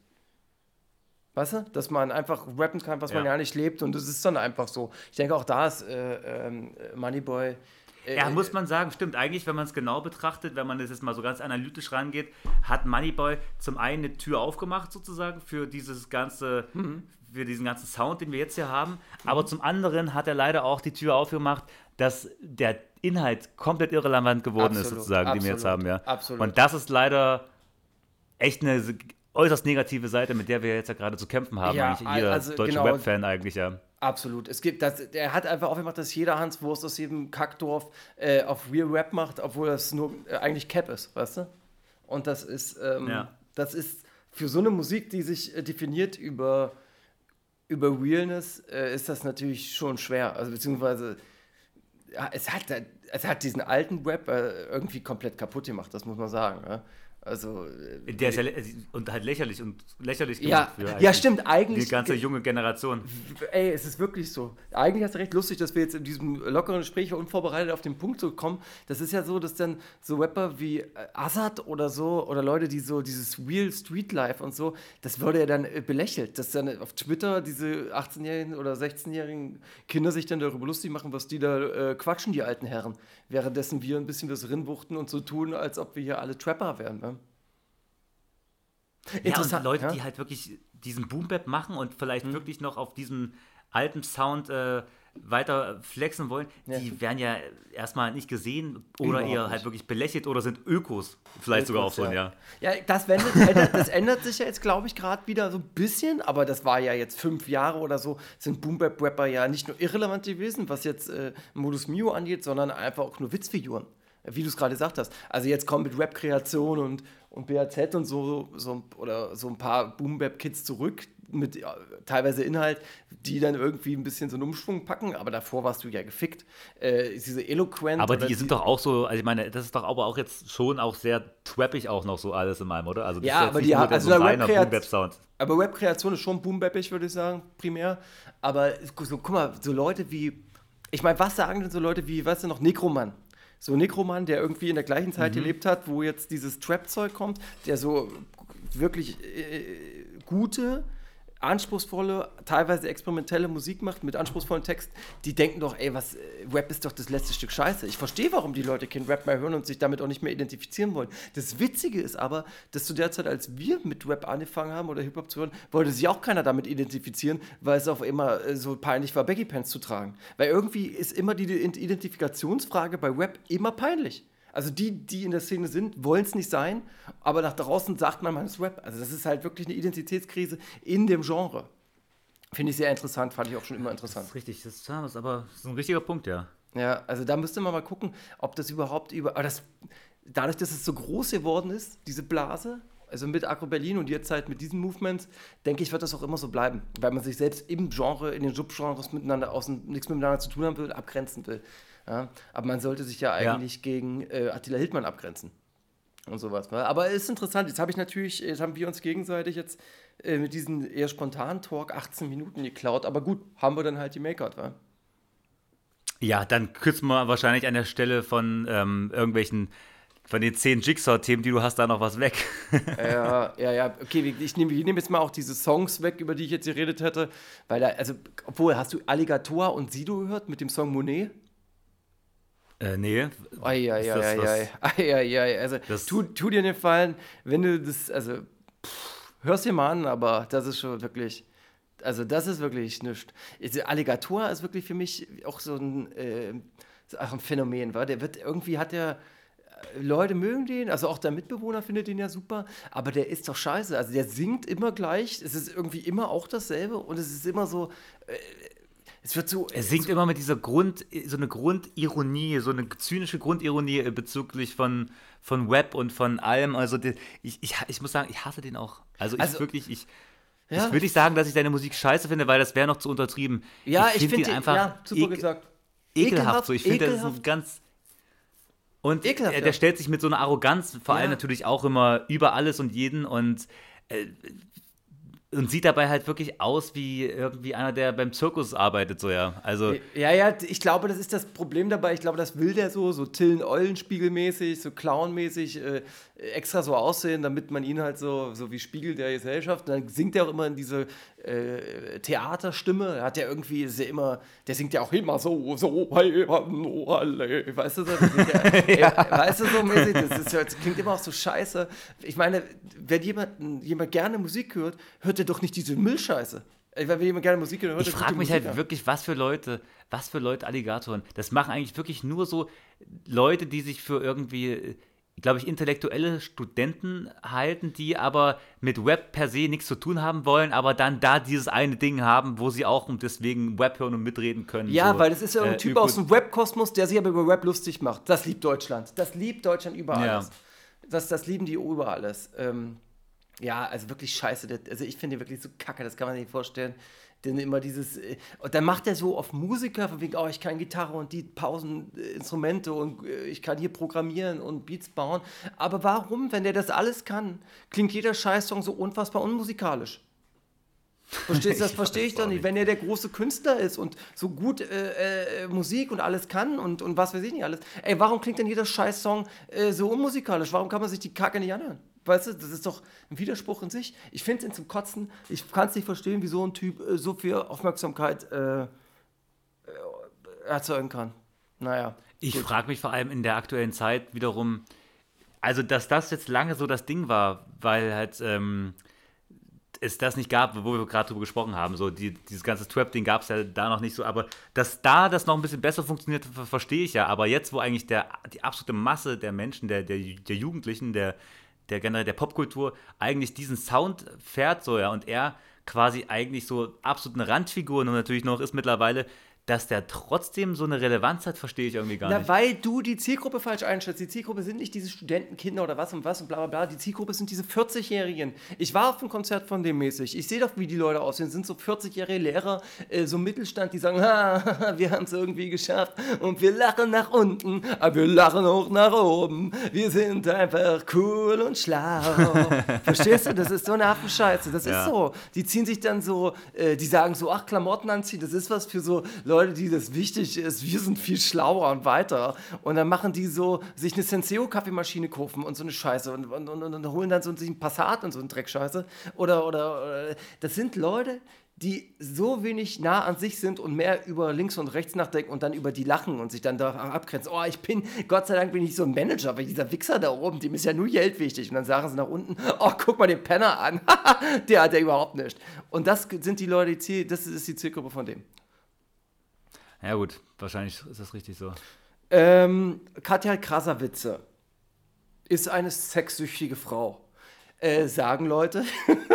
S5: Weißt du? Dass man einfach rappen kann, was man
S3: Ja.
S5: ja nicht lebt und das ist dann einfach so. Ich denke, auch da ist äh, ähm, Moneyboy. Äh,
S3: Ja, muss man sagen, stimmt. Eigentlich, wenn man es genau betrachtet, wenn man das jetzt mal so ganz analytisch rangeht, hat Moneyboy zum einen eine Tür aufgemacht, sozusagen, für dieses ganze, für diesen ganzen Sound, den wir jetzt hier haben. Aber zum anderen hat er leider auch die Tür aufgemacht, dass der Inhalt komplett irrelevant geworden ist,
S5: Absolut,
S3: sozusagen, den wir jetzt
S5: absolut,
S3: haben, ja.
S5: absolut.
S3: Und das ist leider echt eine äußerst negative Seite, mit der wir jetzt ja gerade zu kämpfen haben.
S5: Ja,
S3: eigentlich jeder
S5: also
S3: deutsche
S5: genau.
S3: Web-Fan eigentlich, ja.
S5: Absolut. Es gibt das, er hat einfach aufgemacht, dass jeder Hans Wurst aus jedem Kackdorf äh, auf Real Rap macht, obwohl das nur äh, eigentlich Cap ist, weißt du? Und das ist, ähm,
S3: Ja.
S5: das ist für so eine Musik, die sich äh, definiert über, über Realness, äh, ist das natürlich schon schwer. Also beziehungsweise ja, es hat, es hat diesen alten Rap äh, irgendwie komplett kaputt gemacht, das muss man sagen. Ja? Also äh,
S3: Der ist ja lä- und halt lächerlich und lächerlich
S5: ja,
S3: gemacht für
S5: ja,
S3: eigentlich
S5: stimmt, eigentlich.
S3: die ganze junge Generation.
S5: Ey, es ist wirklich so. Eigentlich hast du recht lustig, dass wir jetzt in diesem lockeren Gespräch unvorbereitet auf den Punkt so kommen. Das ist ja so, dass dann so Rapper wie äh, Azad oder so oder Leute, die so dieses Real Street Life und so, das würde ja dann äh, belächelt, dass dann auf Twitter diese achtzehnjährigen oder sechzehnjährigen Kinder sich dann darüber lustig machen, was die da äh, quatschen, die alten Herren. Währenddessen wir ein bisschen was rinwuchten und so tun, als ob wir hier alle Trapper wären. Ne?
S3: Ja, und Leute,
S5: ja?
S3: die halt wirklich diesen Boom-Bap machen und vielleicht wirklich noch auf diesem alten Sound äh, weiter flexen wollen,
S5: Ja.
S3: die werden ja erstmal nicht gesehen oder
S5: Überhaupt
S3: eher
S5: nicht.
S3: halt wirklich belächelt oder sind Ökos. Vielleicht sogar auch so, ein
S5: ja.
S3: ja.
S5: Ja, das, wendet, ändert, das ändert sich ja jetzt, glaube ich, gerade wieder so ein bisschen, aber das war ja jetzt fünf Jahre oder so, sind Boom-Bap-Rapper ja nicht nur irrelevant gewesen, was jetzt äh, Modus Mio angeht, sondern einfach auch nur Witzfiguren, wie du es gerade gesagt hast. Also jetzt kommen mit Rap-Kreation und, und B A Z und so, so oder so ein paar Boom-Bap-Kids zurück mit ja, teilweise Inhalt, die dann irgendwie ein bisschen so einen Umschwung packen, aber davor warst du ja gefickt. Äh, diese Eloquent.
S3: Aber
S5: oder
S3: die sind doch auch so, also ich meine, das ist doch aber auch jetzt schon auch sehr trappig auch noch so alles in einem, oder? Also das
S5: Ja,
S3: ist jetzt
S5: aber
S3: nicht
S5: die
S3: nur
S5: haben-
S3: der
S5: also
S3: so
S5: der
S3: reiner
S5: Rap-Kreat-
S3: Boom-Bap-Sound.
S5: Aber Webkreation ist schon boom-bappig, würde ich sagen, primär. Aber so, guck mal, so Leute wie, ich meine, was sagen denn so Leute wie, weißt du noch, Necroman? So Necroman, der irgendwie in der gleichen Zeit gelebt hat, wo jetzt dieses Trap-Zeug kommt, der so wirklich äh, gute, anspruchsvolle, teilweise experimentelle Musik macht mit anspruchsvollen Texten, die denken doch, ey, was, äh, Rap ist doch das letzte Stück Scheiße. Ich verstehe, warum die Leute kein Rap mehr hören und sich damit auch nicht mehr identifizieren wollen. Das Witzige ist aber, dass zu der Zeit, als wir mit Rap angefangen haben oder Hip-Hop zu hören, wollte sich auch keiner damit identifizieren, weil es auf immer äh, so peinlich war, Baggy Pants zu tragen. Weil irgendwie ist immer die Identifikationsfrage bei Rap immer peinlich. Also die, die in der Szene sind, wollen es nicht sein, aber nach draußen sagt man, man ist Rap. Also das ist halt wirklich eine Identitätskrise in dem Genre. Finde ich sehr interessant, fand ich auch schon immer
S3: Das
S5: interessant.
S3: ist richtig, das ist, ja, das ist aber das ist ein richtiger Punkt, ja.
S5: Ja, also da müsste man mal gucken, ob das überhaupt über... Aber das, dadurch, dass es so groß geworden ist, diese Blase, also mit Agro Berlin und jetzt halt mit diesen Movements, denke ich, wird das auch immer so bleiben. Weil man sich selbst im Genre, in den Subgenres miteinander außen, nichts miteinander zu tun haben will, abgrenzen will. Ja, aber man sollte sich ja eigentlich
S3: Ja.
S5: gegen äh, Attila Hildmann abgrenzen. Und sowas. Ne? Aber es ist interessant, jetzt habe ich natürlich, jetzt haben wir uns gegenseitig jetzt äh, mit diesem eher spontanen Talk achtzehn Minuten geklaut, aber gut, haben wir dann halt die Make-out, wa?
S3: Ja, dann kürzen wir wahrscheinlich an der Stelle von ähm, irgendwelchen, von den zehn Jigsaw-Themen, die du hast, da noch was weg.
S5: Ja, ja, ja, okay, ich nehme ich nehm jetzt mal auch diese Songs weg, über die ich jetzt geredet hätte, weil da, also, obwohl, hast du Alligator und Sido gehört mit dem Song Monet?
S3: äh, nee.
S5: Eieieiei, eieiei, also,
S3: Das-
S5: tu, tu dir den Gefallen, wenn du das, also, pff, hörst dir mal an, aber das ist schon wirklich, also, das ist wirklich nichts. Also, Alligator ist wirklich für mich auch so ein, äh, so auch ein Phänomen, wa? Der wird, irgendwie hat der, Leute mögen den, also auch der Mitbewohner findet den ja super, aber der ist doch scheiße. Also der singt immer gleich, es ist irgendwie immer auch dasselbe und es ist immer so, äh, Es wird so.
S3: Er singt immer mit dieser Grund, so eine Grundironie, so eine zynische Grundironie bezüglich von, von Web und von allem. Also die, ich, ich, ich muss sagen, ich hasse den auch. Also ich
S5: Also,
S3: wirklich, ich,
S5: ja.
S3: ich will nicht sagen, dass ich seine Musik scheiße finde, weil das wäre noch zu untertrieben.
S5: Ja, ich,
S3: find
S5: finde
S3: ihn
S5: ihn
S3: einfach
S5: ja, super
S3: ekel-
S5: gesagt.
S3: ekelhaft. So. Ich finde, das ist
S5: ekelhaft.
S3: ein ganz... Und
S5: Ekelhaft,
S3: er,
S5: ja.
S3: der stellt sich mit so einer Arroganz, vor
S5: Ja.
S3: allem natürlich auch immer über alles und jeden und äh, und sieht dabei halt wirklich aus wie irgendwie einer, der beim Zirkus arbeitet, so ja. Also,
S5: Ja, ja, ich glaube, das ist das Problem dabei. Ich glaube, das will der so, so Tillen Eulenspiegel-mäßig, so Clown-mäßig, äh, extra so aussehen, damit man ihn halt so, so wie Spiegel der Gesellschaft. Und dann singt er auch immer in diese äh, Theaterstimme. Er hat ja irgendwie, ist ja immer, der singt ja auch immer so, so, hey, hallo, alle. Weißt du so? Das singt ja, ja. Weißt du so mäßig? Das, ist, ja- das klingt immer auch so scheiße. Ich meine, wenn jemand, jemand gerne Musik hört, hört er doch nicht diese Müllscheiße. Ich meine, wenn jemand gerne Musik hört, hört
S3: ich
S5: er
S3: frage
S5: gute
S3: mich
S5: Musik
S3: halt
S5: an.
S3: wirklich, was für Leute, was für Leute Alligatoren. Das machen eigentlich wirklich nur so Leute, die sich für irgendwie, glaube ich, intellektuelle Studenten halten, die aber mit Web per se nichts zu tun haben wollen, aber dann da dieses eine Ding haben, wo sie auch und deswegen Web hören und mitreden können.
S5: Ja,
S3: so,
S5: weil das ist ja ein
S3: äh,
S5: Typ
S3: über-
S5: aus dem Webkosmos, der sich aber über Web lustig macht. Das liebt Deutschland. Das liebt Deutschland über
S3: Ja.
S5: alles. Das, das lieben die über alles. Ähm, ja, also wirklich scheiße. Das, also ich finde die wirklich so kacke, das kann man sich nicht vorstellen. Denn immer dieses, äh, und dann macht er so auf Musiker, von wegen, oh, ich kann Gitarre und die Pausen, äh, Instrumente und äh, ich kann hier programmieren und Beats bauen. Aber warum, wenn der das alles kann, klingt jeder Scheißsong so unfassbar unmusikalisch? Verstehst du, das
S3: Ich
S5: verstehe ich
S3: weiß
S5: doch
S3: auch
S5: nicht.
S3: nicht.
S5: Wenn er der große Künstler ist und so gut äh, äh, Musik und alles kann und, und was weiß ich nicht alles. Ey, warum klingt denn jeder Scheiß-Song äh, so unmusikalisch? Warum kann man sich die Kacke nicht anhören? Weißt du, das ist doch ein Widerspruch in sich. Ich finde es zum Kotzen. Ich kann es nicht verstehen, wie so ein Typ äh, so viel Aufmerksamkeit äh, äh, erzeugen kann. Naja.
S3: Ich frage mich vor allem in der aktuellen Zeit wiederum, also dass das jetzt lange so das Ding war, weil halt ähm, es das nicht gab, wo wir gerade drüber gesprochen haben, so die, dieses ganze Trap-Ding gab es ja da noch nicht so, aber dass da das noch ein bisschen besser funktioniert, ver- verstehe ich ja, aber jetzt, wo eigentlich der, die absolute Masse der Menschen, der, der, der Jugendlichen, der, der generell der Popkultur eigentlich diesen Sound fährt, so ja, und er quasi eigentlich so absolut eine Randfigur und natürlich noch ist mittlerweile, dass der trotzdem so eine Relevanz hat, verstehe ich irgendwie gar
S5: Na,
S3: nicht.
S5: weil du die Zielgruppe falsch einschätzt. Die Zielgruppe sind nicht diese Studentenkinder oder was und was und bla bla bla. Die Zielgruppe sind diese vierzig-Jährigen. Ich war auf einem Konzert von dem mäßig. Ich sehe doch, wie die Leute aussehen. Das sind so vierzig-jährige Lehrer, äh, so Mittelstand, die sagen, ha, wir haben es irgendwie geschafft und wir lachen nach unten, aber wir lachen auch nach oben. Wir sind einfach cool und schlau. Verstehst du? Das ist so eine Affenscheiße. Das
S3: Ja.
S5: ist so. Die ziehen sich dann so, äh, die sagen so, ach, Klamotten anziehen, das ist was für so Leute, die das wichtig ist. Wir sind viel schlauer und weiter. Und dann machen die so, sich eine Senseo-Kaffeemaschine kaufen und so eine Scheiße und, und, und, und holen dann so sich einen Passat und so eine Dreckscheiße. Oder, oder, oder, das sind Leute, die so wenig nah an sich sind und mehr über links und rechts nachdenken und dann über die lachen und sich dann da abgrenzen. Oh, ich bin, Gott sei Dank bin ich so ein Manager, weil dieser Wichser da oben, dem ist ja nur Geld wichtig. Und dann sagen sie nach unten, oh, guck mal den Penner an. Der hat ja überhaupt nichts. Und das sind die Leute, die Ziel, das ist die Zielgruppe von dem.
S3: Ja gut, wahrscheinlich ist das richtig so.
S5: Ähm, Katja Krasavice ist eine sexsüchtige Frau. Äh, sagen Leute.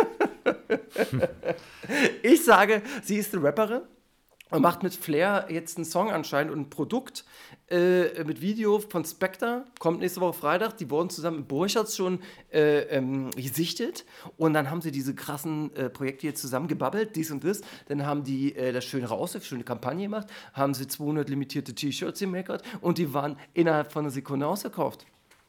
S5: Ich sage, sie ist eine Rapperin und macht mit Flair jetzt einen Song anscheinend und ein Produkt äh, mit Video von Spectre. Kommt nächste Woche Freitag. Die wurden zusammen mit Borchardt schon äh, ähm, gesichtet. Und dann haben sie diese krassen äh, Projekte jetzt zusammen gebabbelt, dies und das. Dann haben die äh, das schön raus, eine schöne Kampagne gemacht. Haben sie zweihundert limitierte T-Shirts gemacht und die waren innerhalb von einer Sekunde ausverkauft.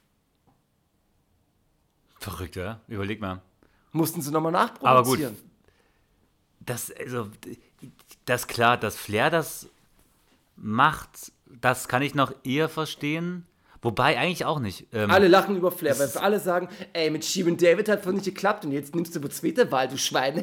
S3: Verrückt, ja? Überleg mal.
S5: Mussten sie nochmal
S3: Aber gut,
S5: nachproduzieren.
S3: das, also, das ist klar, dass Flair das macht, das kann ich noch eher verstehen. Wobei eigentlich auch nicht. Ähm,
S5: Alle lachen über Flair, weil alle sagen, ey, mit Shirin David hat es nicht geklappt und jetzt nimmst du die zweite Wahl, du Schwein.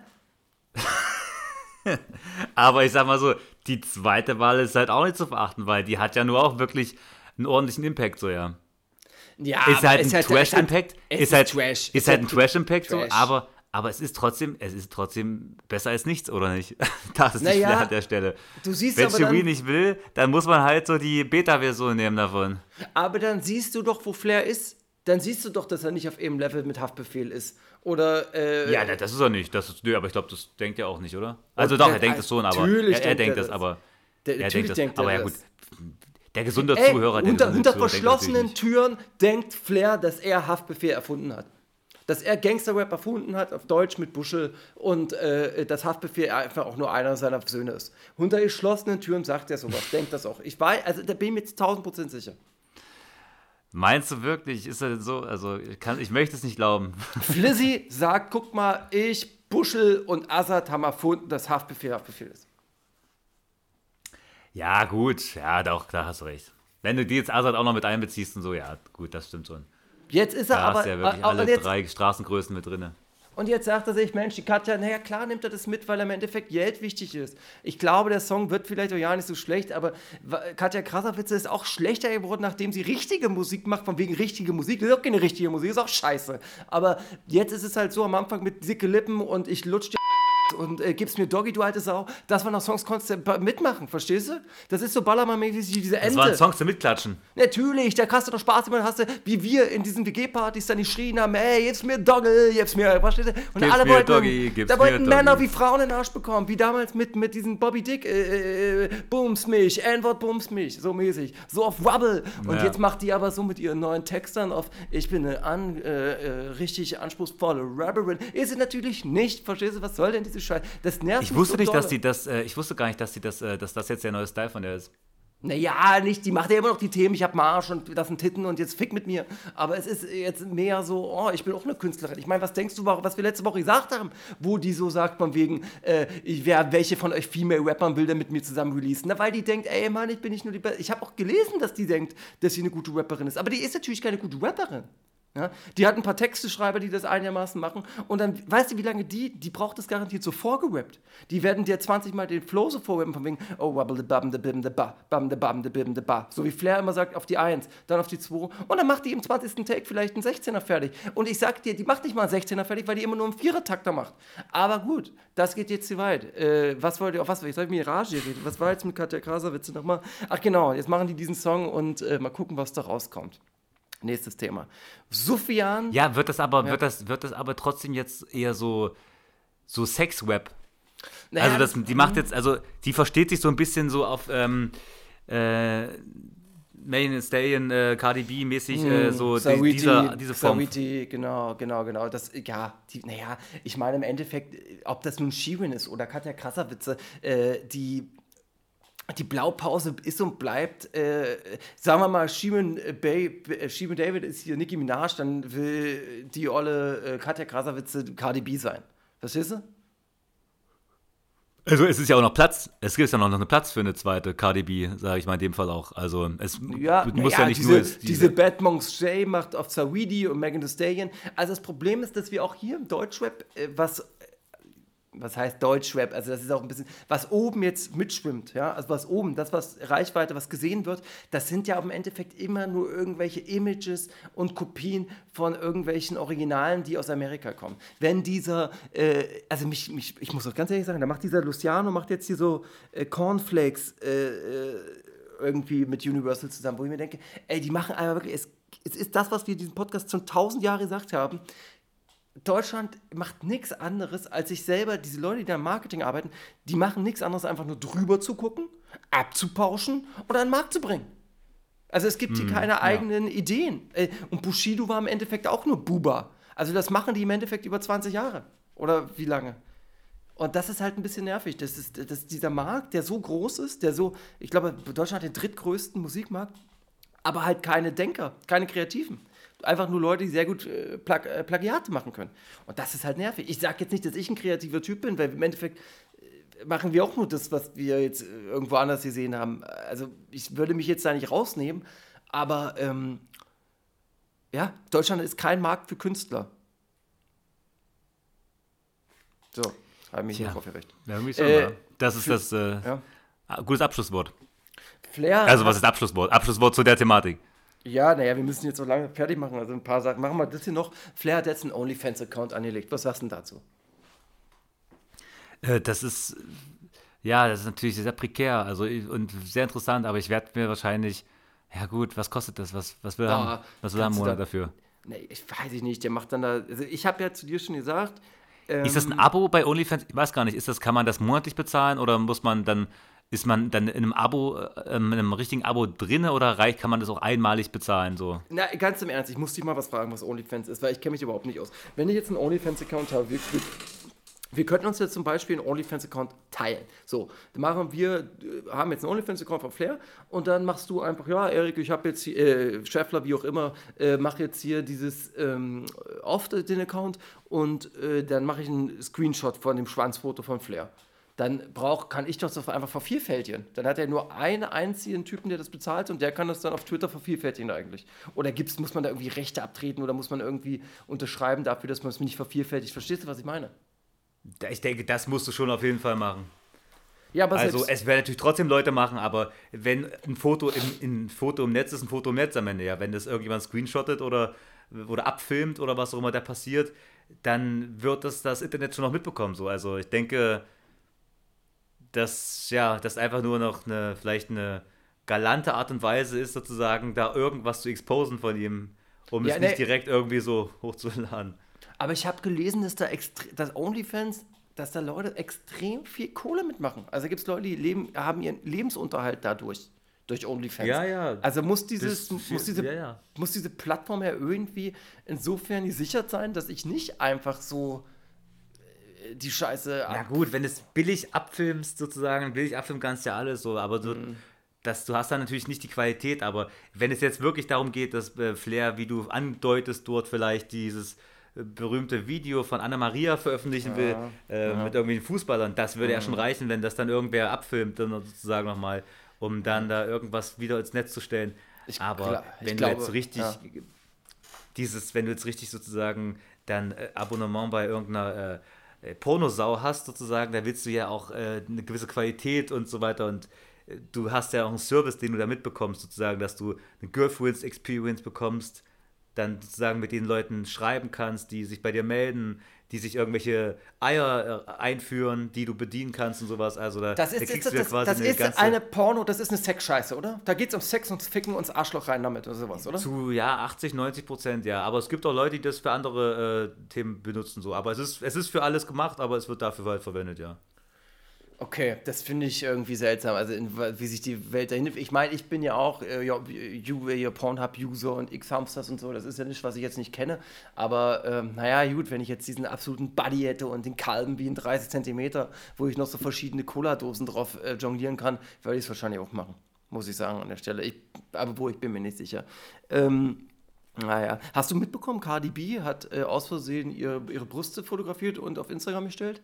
S3: aber ich sag mal so, die zweite Wahl ist halt auch nicht zu verachten, weil die hat ja nur auch wirklich einen ordentlichen Impact, so ja.
S5: Ja,
S3: Ist
S5: aber
S3: halt
S5: es
S3: ein
S5: hat-
S3: Trash-Impact,
S5: es
S3: ist halt,
S5: Trash.
S3: ist halt ein Trash-Impact, so,
S5: Trash.
S3: aber, aber es ist trotzdem, es ist trotzdem besser als nichts, oder nicht? Das ist
S5: Naja,
S3: die Flair an der Stelle.
S5: du siehst
S3: Wenn
S5: aber
S3: Shirin
S5: dann-
S3: nicht will, dann muss man halt so die Beta-Version nehmen davon.
S5: Aber dann siehst du doch, wo Flair ist. dann siehst du doch, dass er nicht auf eben Level mit Haftbefehl ist. Oder, äh,
S3: Ja, ne, das ist er nicht. Das ist, nö, aber ich glaube, das denkt er auch nicht, oder? Also
S5: Und
S3: doch,
S5: der-
S3: er denkt es schon, aber
S5: natürlich
S3: er, er
S5: denkt
S3: denkt
S5: er
S3: es,
S5: das.
S3: aber
S5: Der-
S3: er
S5: natürlich
S3: denkt das.
S5: denkt er
S3: Aber ja
S5: das.
S3: gut, der gesunde
S5: Ey,
S3: Zuhörer, der
S5: unter,
S3: gesunde
S5: hinter
S3: Zuhörer denkt
S5: verschlossenen
S3: natürlich
S5: Türen denkt Flair, dass er Haftbefehl erfunden hat. Dass er Gangster-Rap erfunden hat, auf Deutsch mit Buschel und äh, dass Haftbefehl einfach auch nur einer seiner Söhne ist. Hinter geschlossenen Türen sagt er sowas, denkt das auch. Ich weiß, also da bin ich mir jetzt tausend Prozent sicher.
S3: nicht. Meinst du wirklich, ist er denn so? Also ich, kann, ich möchte es nicht glauben.
S5: Flizzy sagt, guck mal, ich, Buschel und Azad haben erfunden, dass Haftbefehl Haftbefehl ist.
S3: Ja, gut, ja, doch, da hast du recht. Wenn du die jetzt Azad auch noch mit einbeziehst und so, ja, gut, das stimmt schon.
S5: Jetzt ist er
S3: Da
S5: aber...
S3: hast du ja wirklich
S5: äh,
S3: alle
S5: und, jetzt,
S3: drei Straßengrößen mit drin.
S5: und jetzt sagt er sich, Mensch, die Katja, naja, klar nimmt er das mit, weil im Endeffekt Geld wichtig ist. Ich glaube, der Song wird vielleicht auch ja nicht so schlecht, aber wa- Katja Krasavice ist auch schlechter geworden, nachdem sie richtige Musik macht, von wegen richtige Musik. Das ist auch keine richtige Musik, ist auch scheiße. Aber jetzt ist es halt so am Anfang mit dicke Lippen und ich lutsch dir und äh, gibst mir Doggy, du alte Sau. Das waren noch Songs, konntest du ba- mitmachen, verstehst du? Das ist so Ballermann-mäßig wie diese Ente.
S3: Das waren Songs zum Mitklatschen.
S5: Natürlich, da hast du doch Spaß, immer hast du, wie wir in diesen W G-Partys dann geschrien haben, ey, gib's mir Doggle, gib's mir, verstehst du? Und
S3: Gib's
S5: alle
S3: mir
S5: wollten,
S3: Doggy, gib's
S5: da
S3: mir
S5: wollten
S3: Doggy.
S5: Männer wie Frauen in den Arsch bekommen, wie damals mit, mit diesem Bobby Dick, äh, äh, bums mich, N-Wort bums mich, so mäßig, so auf Wubble. Und
S3: Ja.
S5: jetzt macht die aber so mit ihren neuen Textern auf, ich bin eine an, äh, äh, richtig anspruchsvolle Rapperin. Ist sie natürlich nicht, verstehst du, was soll denn diese Scheiße? Das nervt
S3: Ich
S5: mich
S3: wusste
S5: so
S3: nicht,
S5: dolle.
S3: dass die das, äh, ich wusste gar nicht, dass die das, äh, dass das jetzt der neue Style von der ist.
S5: Naja, nicht, die macht ja immer noch die Themen, ich hab Marsch und das sind Titten und jetzt fick mit mir. Aber es ist jetzt mehr so, oh, ich bin auch eine Künstlerin. Ich meine, was denkst du, was wir letzte Woche gesagt haben, wo die so sagt, von wegen, äh, ich, wer, welche von euch Female Rappern will denn mit mir zusammen releasen? Na, weil die denkt, ey Mann, ich bin nicht nur die Beste. Ich habe auch gelesen, dass die denkt, dass sie eine gute Rapperin ist. Aber die ist natürlich keine gute Rapperin. Ja, die hat ein paar Texteschreiber, die das einigermaßen machen. Und dann, weißt du, wie lange die, die braucht das garantiert so vorgerappt. Die werden dir zwanzig Mal den Flow so vorrappen, von wegen, oh, wabble de babm de bim de ba, bam de babm de bim de ba. So wie Flair immer sagt, auf die eins, dann auf die zwei. Und dann macht die im zwanzigsten Take vielleicht einen sechzehner fertig. Und ich sag dir, die macht nicht mal einen sechzehner fertig, weil die immer nur einen Vierer-Takter macht. Aber gut, das geht jetzt zu weit. Äh, was wollt ihr, auf was, ich soll mir Rage reden? Was war jetzt mit Katja Krasavice nochmal? Ach genau, jetzt machen die diesen Song und äh, mal gucken, was da rauskommt. Nächstes Thema. Sufjan.
S3: Ja, wird das aber, wird das, wird das aber trotzdem jetzt eher so, so Sex-Web?
S5: Naja,
S3: Also das, die macht jetzt, also die versteht sich so ein bisschen so auf ähm, äh, Megan Thee Stallion, äh, Cardi B mäßig, äh, so die,
S5: Saweetie,
S3: dieser, diese Form.
S5: Saweetie, genau, genau, genau. Das, ja, die, naja, ich meine im Endeffekt, ob das nun Shirin ist oder Katja Krasavice, äh, die Die Blaupause ist und bleibt, äh, sagen wir mal, Shirin, äh, Bay, äh, Shirin David ist hier Nicki Minaj, dann will die olle äh, Katja Krasavice Cardi B sein. Verstehst du?
S3: Also es ist ja auch noch Platz, es gibt ja noch einen Platz für eine zweite Cardi B, sage ich mal in dem Fall auch. Also es
S5: Ja,
S3: muss
S5: ja,
S3: ja nicht
S5: diese,
S3: nur jetzt
S5: diese Bad Monks J macht auf Saweetie und Megan Thee Stallion. Also das Problem ist, dass wir auch hier im Deutschrap, äh, was, was heißt Deutschrap, also das ist auch ein bisschen, was oben jetzt mitschwimmt, ja, also was oben, das, was Reichweite, was gesehen wird, das sind ja im Endeffekt immer nur irgendwelche Images und Kopien von irgendwelchen Originalen, die aus Amerika kommen. Wenn dieser, äh, also mich, mich, ich muss auch ganz ehrlich sagen, da macht dieser Luciano, macht jetzt hier so äh, Cornflakes, äh, äh, irgendwie mit Universal zusammen, wo ich mir denke, ey, die machen einfach wirklich, es, es ist das, was wir in diesem Podcast schon tausend Jahre gesagt haben. Deutschland macht nichts anderes, als sich selber, diese Leute, die da im Marketing arbeiten, die machen nichts anderes, einfach nur drüber zu gucken, abzupauschen und an den Markt zu bringen. Also es gibt hier keine eigenen Ideen. Äh, Und Bushido war im Endeffekt auch nur Buba. Also das machen die im Endeffekt über zwanzig Jahre. Oder wie lange? Und das ist halt ein bisschen nervig. Das ist, das ist dieser Markt, der so groß ist, der so, ich glaube, Deutschland hat den drittgrößten Musikmarkt, aber halt keine Denker, keine Kreativen. Einfach nur Leute, die sehr gut äh, Plag äh, Plagiate machen können. Und das ist halt nervig. Ich sage jetzt nicht, dass ich ein kreativer Typ bin, weil im Endeffekt äh, machen wir auch nur das, was wir jetzt äh, irgendwo anders gesehen haben. Also ich würde mich jetzt da nicht rausnehmen, aber ähm, ja, Deutschland ist kein Markt für Künstler. So, habe ich mich
S3: Tja.
S5: nicht drauf gerecht.
S3: Ja, irgendwie schon,
S5: Äh,
S3: ja. Das ist das äh,
S5: Ja.
S3: gutes Abschlusswort.
S5: Flair
S3: Also was
S5: hat-
S3: ist Abschlusswort? Abschlusswort zu der Thematik.
S5: Ja, naja, wir müssen jetzt so lange fertig machen. Also ein paar Sachen. Machen wir das hier noch. Flair hat jetzt einen OnlyFans-Account angelegt. Was sagst du denn dazu?
S3: Äh, das ist, ja, das ist natürlich sehr prekär also, ich- und sehr interessant, aber ich werde mir wahrscheinlich, ja gut, was kostet das? Was, was will er
S5: Da
S3: haben? Was will er am
S5: kannst du
S3: Monat
S5: da-
S3: dafür?
S5: Nee, ich weiß ich nicht, der macht dann da, also ich habe ja zu dir schon gesagt, ähm,
S3: Ist das ein Abo bei OnlyFans? Ich weiß gar nicht. Ist das, kann man das monatlich bezahlen oder muss man dann, ist man dann in einem Abo, äh, in einem richtigen Abo drin oder reicht, kann man das auch einmalig bezahlen? So?
S5: na, ganz im Ernst, ich muss dich mal was fragen, was OnlyFans ist, weil ich kenne mich überhaupt nicht aus. Wenn ich jetzt einen OnlyFans-Account habe, wir, wir, wir könnten uns jetzt zum Beispiel einen OnlyFans-Account teilen. So, dann machen wir, äh, haben jetzt einen OnlyFans-Account von Flair und dann machst du einfach, ja, Erik, ich habe jetzt hier, äh, Schäffler, wie auch immer, äh, mach jetzt hier dieses, ähm, auf den Account und äh, dann mache ich einen Screenshot von dem Schwanzfoto von Flair. Dann brauch, kann ich das doch einfach vervielfältigen. Dann hat er nur einen einzigen Typen, der das bezahlt und der kann das dann auf Twitter vervielfältigen eigentlich. Oder gibt's, muss man da irgendwie Rechte abtreten oder muss man irgendwie unterschreiben dafür, dass man es nicht vervielfältigt? Verstehst du, was ich meine?
S3: Ich denke, das musst du schon auf jeden Fall machen.
S5: Ja, aber
S3: Also
S5: selbst,
S3: es werden natürlich trotzdem Leute machen, aber wenn ein Foto im, ein Foto im Netz ist, ein Foto im Netz am Ende, ja, wenn das irgendjemand screenshottet oder, oder abfilmt oder was auch immer da passiert, dann wird das das Internet schon noch mitbekommen. So. Also ich denke, dass ja, das einfach nur noch eine, vielleicht eine galante Art und Weise ist, sozusagen, da irgendwas zu exposen von ihm, um
S5: Ja,
S3: es
S5: ne-
S3: nicht direkt irgendwie so hochzuladen.
S5: aber ich habe gelesen, dass da extre- dass OnlyFans, dass da Leute extrem viel Kohle mitmachen. Also gibt es Leute, die leben, haben ihren Lebensunterhalt dadurch, durch OnlyFans.
S3: Ja, ja.
S5: Also muss, dieses,
S3: Das viel-
S5: muss, diese,
S3: ja, ja.
S5: muss diese Plattform ja irgendwie insofern gesichert sein, dass ich nicht einfach so äh, die Scheiße
S3: Na
S5: ab.
S3: gut, wenn du es billig abfilmst, sozusagen, billig abfilmen kannst ja alles so, aber so, das, du hast dann natürlich nicht die Qualität, aber wenn es jetzt wirklich darum geht, dass äh, Flair, wie du andeutest, dort vielleicht dieses äh, berühmte Video von Anna-Maria veröffentlichen will, äh, mit irgendwelchen Fußballern, das würde ja schon reichen, wenn das dann irgendwer abfilmt, dann sozusagen nochmal, um dann da irgendwas wieder ins Netz zu stellen.
S5: Ich
S3: aber
S5: gla- ich
S3: wenn
S5: glaube,
S3: du jetzt richtig,
S5: ja.
S3: dieses, wenn du jetzt richtig sozusagen dein äh, Abonnement bei irgendeiner äh, äh, Pornosau hast, sozusagen, da willst du ja auch äh, eine gewisse Qualität und so weiter und äh, du hast ja auch einen Service, den du da mitbekommst, sozusagen, dass du eine Girlfriends Experience bekommst, dann sozusagen mit den Leuten schreiben kannst, die sich bei dir melden, die sich irgendwelche Eier äh, einführen, die du bedienen kannst und sowas. Also da,
S5: Das
S3: da
S5: ist,
S3: kriegst
S5: das,
S3: du ja
S5: das,
S3: quasi
S5: das
S3: eine
S5: ist
S3: ganze...
S5: eine Porno, das ist eine Sexscheiße, oder? Da geht es um Sex und Ficken und das Arschloch rein damit oder sowas, oder?
S3: Zu, ja, achtzig, neunzig Prozent, ja. Aber es gibt auch Leute, die das für andere äh, Themen benutzen, so. Aber es ist, es ist für alles gemacht, aber es wird dafür halt verwendet, ja.
S5: Okay, das finde ich irgendwie seltsam, also in, wie sich die Welt dahin... Ich meine, ich bin ja auch äh, ja, you, ja, Pornhub-User und X-Hamsters und so, das ist ja nicht, was ich jetzt nicht kenne, aber ähm, naja, gut, wenn ich jetzt diesen absoluten Buddy hätte und den Kalben wie in dreißig Zentimeter, wo ich noch so verschiedene Cola-Dosen drauf äh, jonglieren kann, würde ich es wahrscheinlich auch machen, muss ich sagen an der Stelle. Ich, aber wo, ich bin mir nicht sicher. Ähm, naja, hast du mitbekommen, Cardi B hat äh, aus Versehen ihre, ihre Brüste fotografiert und auf Instagram gestellt?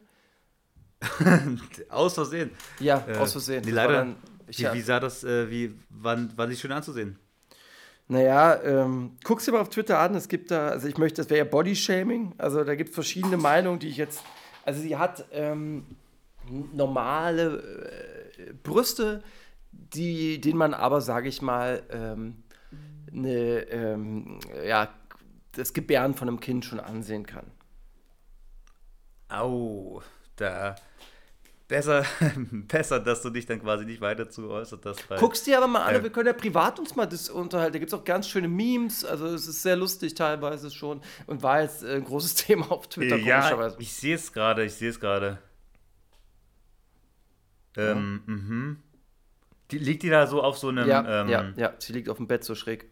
S3: Aus Versehen.
S5: Ja,
S3: Äh,
S5: aus Versehen.
S3: Nee,
S5: Das war
S3: leider.
S5: dann- ich
S3: wie,
S5: hab-
S3: wie sah das, äh, wie, wann, wann sich schön anzusehen?
S5: Naja, ähm, guck's dir mal auf Twitter an. Es gibt da, also ich möchte, das wäre ja Bodyshaming. Also da gibt es verschiedene Meinungen, die ich jetzt. Also sie hat ähm, normale äh, Brüste, die, denen man aber, sage ich mal, ähm, ne, ähm, ja, das Gebären von einem Kind schon ansehen kann.
S3: Au, da. Besser, besser, dass du dich dann quasi nicht weiter zu äußert hast. weil-
S5: Guck's dir aber mal an,
S3: Äh.
S5: wir können ja privat uns mal das unterhalten. Da gibt es auch ganz schöne Memes, also es ist sehr lustig teilweise schon und war jetzt äh, ein großes Thema auf Twitter,
S3: Ja,
S5: komischerweise.
S3: ich sehe es gerade, ich sehe es gerade. Ähm, mhm. Die, liegt die da so auf so einem.
S5: Ja,
S3: ähm,
S5: ja, ja, sie liegt auf dem Bett so schräg.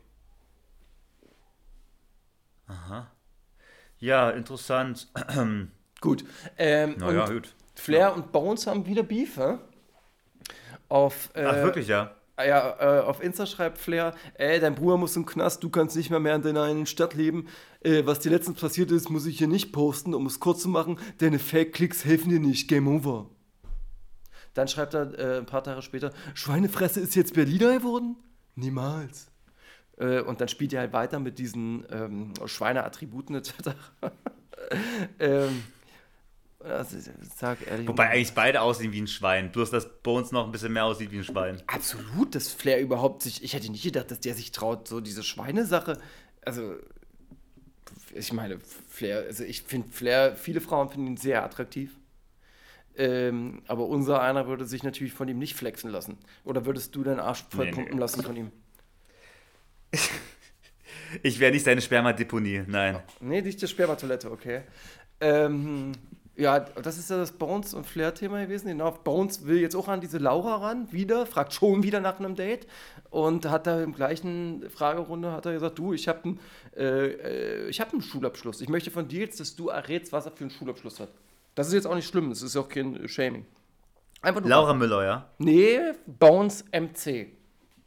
S3: Ja, interessant.
S5: Gut. Ähm,
S3: Naja,
S5: und
S3: gut.
S5: Flair und Bones haben wieder Beef, hä? Auf, äh,
S3: Ach, wirklich, ja.
S5: Ja, äh, auf Insta schreibt Flair, ey, dein Bruder muss im Knast, du kannst nicht mehr mehr in deiner eigenen Stadt leben. Äh, was dir letztens passiert ist, muss ich hier nicht posten, um es kurz zu machen. Deine Fake-Klicks helfen dir nicht, Game over. Dann schreibt er äh, ein paar Tage später, Schweinefresse ist jetzt Berliner geworden? Niemals. Äh, und dann spielt er halt weiter mit diesen ähm, Schweine-Attributen et cetera. ähm, also, sag ehrlich,
S3: Wobei eigentlich beide aussehen wie ein Schwein. Bloß, dass Bones noch ein bisschen mehr aussieht wie ein Schwein.
S5: absolut, dass Flair überhaupt sich, ich hätte nicht gedacht, dass der sich traut, so diese Schweinesache, also ich meine, Flair, also ich finde Flair, viele Frauen finden ihn sehr attraktiv, ähm, aber unser einer würde sich natürlich von ihm nicht flexen lassen. Oder würdest du deinen Arsch voll
S3: Nee, nee.
S5: pumpen lassen von ihm?
S3: Ich wäre nicht seine Spermadeponie, nein.
S5: Nee, nicht die Spermatoilette, okay. Ähm, ja, das ist ja das Bones- und Flair-Thema gewesen. Genau, Bones will jetzt auch an diese Laura ran, wieder, fragt schon wieder nach einem Date und hat da im gleichen Fragerunde hat er gesagt, du, ich habe einen äh, äh, ich hab einen Schulabschluss. Ich möchte von dir jetzt, dass du errätst, was er für einen Schulabschluss hat. Das ist jetzt auch nicht schlimm, das ist auch kein Shaming. Einfach nur
S3: Laura Müller, ja?
S5: Nee, Bones M C.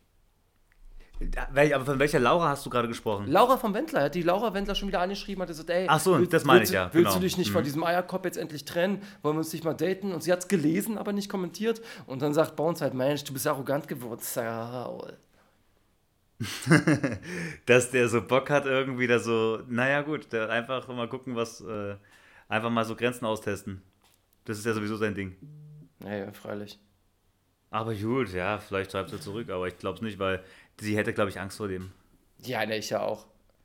S3: Wel- Aber von welcher Laura hast du gerade gesprochen?
S5: Laura vom Wendler, hat die Laura Wendler schon wieder angeschrieben, hat gesagt, ey,
S3: Ach so,
S5: willst-
S3: das meine
S5: willst
S3: ich,
S5: du-
S3: ja,
S5: Willst
S3: genau.
S5: du dich nicht
S3: Mhm.
S5: von diesem Eierkopf jetzt endlich trennen? Wollen wir uns nicht mal daten? Und sie hat es gelesen, aber nicht kommentiert. Und dann sagt Bones halt, Mensch, du bist arrogant geworden, Saul.
S3: Dass der so Bock hat, irgendwie da so, naja gut, der einfach mal gucken, was, äh, einfach mal so Grenzen austesten. Das ist ja sowieso sein Ding.
S5: Naja, freilich.
S3: Aber gut, ja, vielleicht schreibt sie zurück, aber ich glaube es nicht, weil sie hätte, glaube ich, Angst vor dem.
S5: Ja, ne, ich ja auch.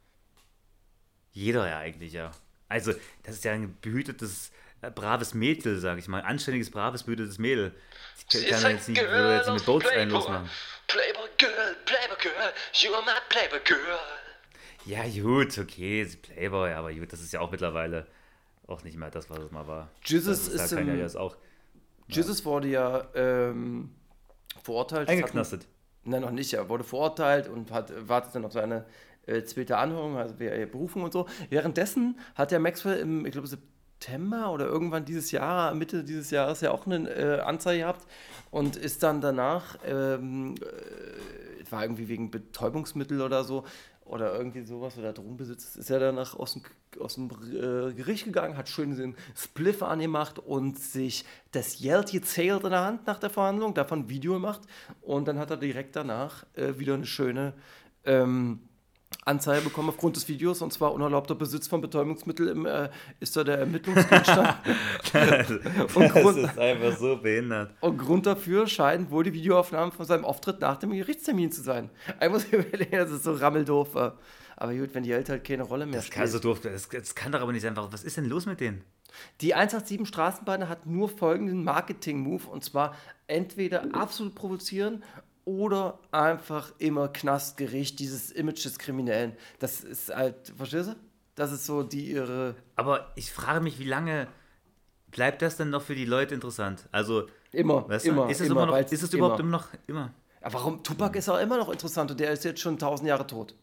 S3: Jeder ja eigentlich, ja. Also, das ist ja ein behütetes, äh, braves Mädel, sag ich mal. Anständiges, braves, behütetes Mädel. Sie
S4: Sie
S3: kann
S4: ist
S3: ja
S4: ein
S3: jetzt nicht, würde
S4: Girl
S3: jetzt nicht mit
S4: aus
S3: Boats
S4: Playboy.
S3: einen losmachen.
S4: Playboy Girl, Playboy Girl, you are my Playboy Girl.
S3: Ja, gut, okay, sie Playboy, aber gut, das ist ja auch mittlerweile auch nicht mehr das, was es mal war.
S5: Jesus
S3: das ist,
S5: ist
S3: da kann ja
S5: im-
S3: jetzt auch
S5: Jesus wurde ja ähm, verurteilt. Das hat-
S3: eingeknastet.
S5: Nein, noch nicht. Er wurde verurteilt und hat, wartet dann auf seine äh, zweite Anhörung, also wer Berufung und so. Währenddessen hat der Maxwell im, ich glaube, September oder irgendwann dieses Jahr, Mitte dieses Jahres ja auch eine äh, Anzeige gehabt und ist dann danach, ähm, äh, war irgendwie wegen Betäubungsmittel oder so oder irgendwie sowas oder Drogenbesitz, ist er danach aus dem, aus dem äh, Gericht gegangen, hat schön den Spliff angemacht und sich das Geld gezählt in der Hand nach der Verhandlung, davon ein Video gemacht und dann hat er direkt danach äh, wieder eine schöne ähm, Anzeige bekommen aufgrund des Videos und zwar unerlaubter Besitz von Betäubungsmitteln im, äh, ist da der Ermittlungsgegenstand. und,
S3: Das
S5: Grund,
S3: ist einfach so behindert.
S5: und Grund dafür scheinen wohl die Videoaufnahmen von seinem Auftritt nach dem Gerichtstermin zu sein. Ich muss mir überlegen, dass es so rammeldoof war. Aber gut, wenn die Welt halt keine Rolle mehr
S3: Das kann, so
S5: spielt.
S3: doof, das, das kann doch aber nicht einfach. Was ist denn los mit denen?
S5: Die eins acht sieben Straßenbahn hat nur folgenden Marketing-Move und zwar entweder absolut provozieren oder einfach immer Knastgericht, dieses Image des Kriminellen. Das ist halt, verstehst du? Das ist so die ihre.
S3: Aber ich frage mich, wie lange bleibt das denn noch für die Leute interessant? Also,
S5: Immer,
S3: weißt
S5: immer,
S3: du, ist es,
S5: immer,
S3: immer noch,
S5: weil's
S3: ist es überhaupt
S5: immer.
S3: immer noch immer?
S5: Aber warum? Tupac ist auch immer noch interessant und der ist jetzt schon tausend Jahre tot.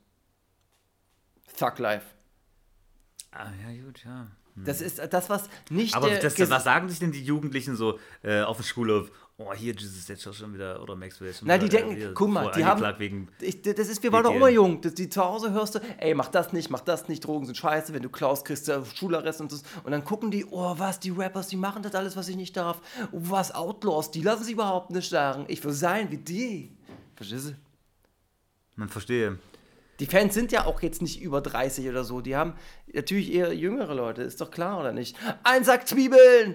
S5: Thug Life.
S3: Ah, ja, gut, ja.
S5: Das ist das, was nicht
S3: Aber
S5: der
S3: das,
S5: Ges-
S3: was sagen sich denn die Jugendlichen so äh, auf dem Schulhof? Oh, hier, Jesus ist jetzt schon wieder, oder Maxwell ist schon
S5: Na, die
S3: wieder,
S5: denken,
S3: äh, wieder
S5: guck mal,
S3: vor-
S5: die haben,
S3: angeklagt wegen,
S5: ich, das ist, wir waren doch
S3: G T N.
S5: immer jung, das, die zu Hause hörst du, ey, mach das nicht, mach das nicht, Drogen sind scheiße, wenn du klaust, kriegst du Schularrest und das, und dann gucken die, oh, was, die Rappers, die machen das alles, was ich nicht darf, oh, was, Outlaws, die lassen sich überhaupt nicht sagen, ich will sein wie die, verstehst du?
S3: man verstehe.
S5: Die Fans sind ja auch jetzt nicht über dreißig oder so, die haben natürlich eher jüngere Leute, ist doch klar, oder nicht? Ein Sack Zwiebeln!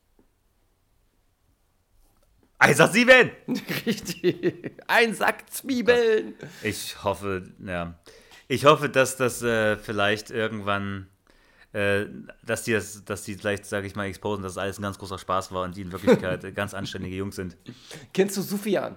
S3: Einsatz sieben!
S5: Richtig, ein Sack Zwiebeln!
S3: Ich hoffe, ja. Ich hoffe, dass das äh, vielleicht irgendwann, äh, dass die das, dass die vielleicht, sage ich mal, exposen, dass es alles ein ganz großer Spaß war und die in Wirklichkeit ganz anständige Jungs sind.
S5: Kennst du Sufjan?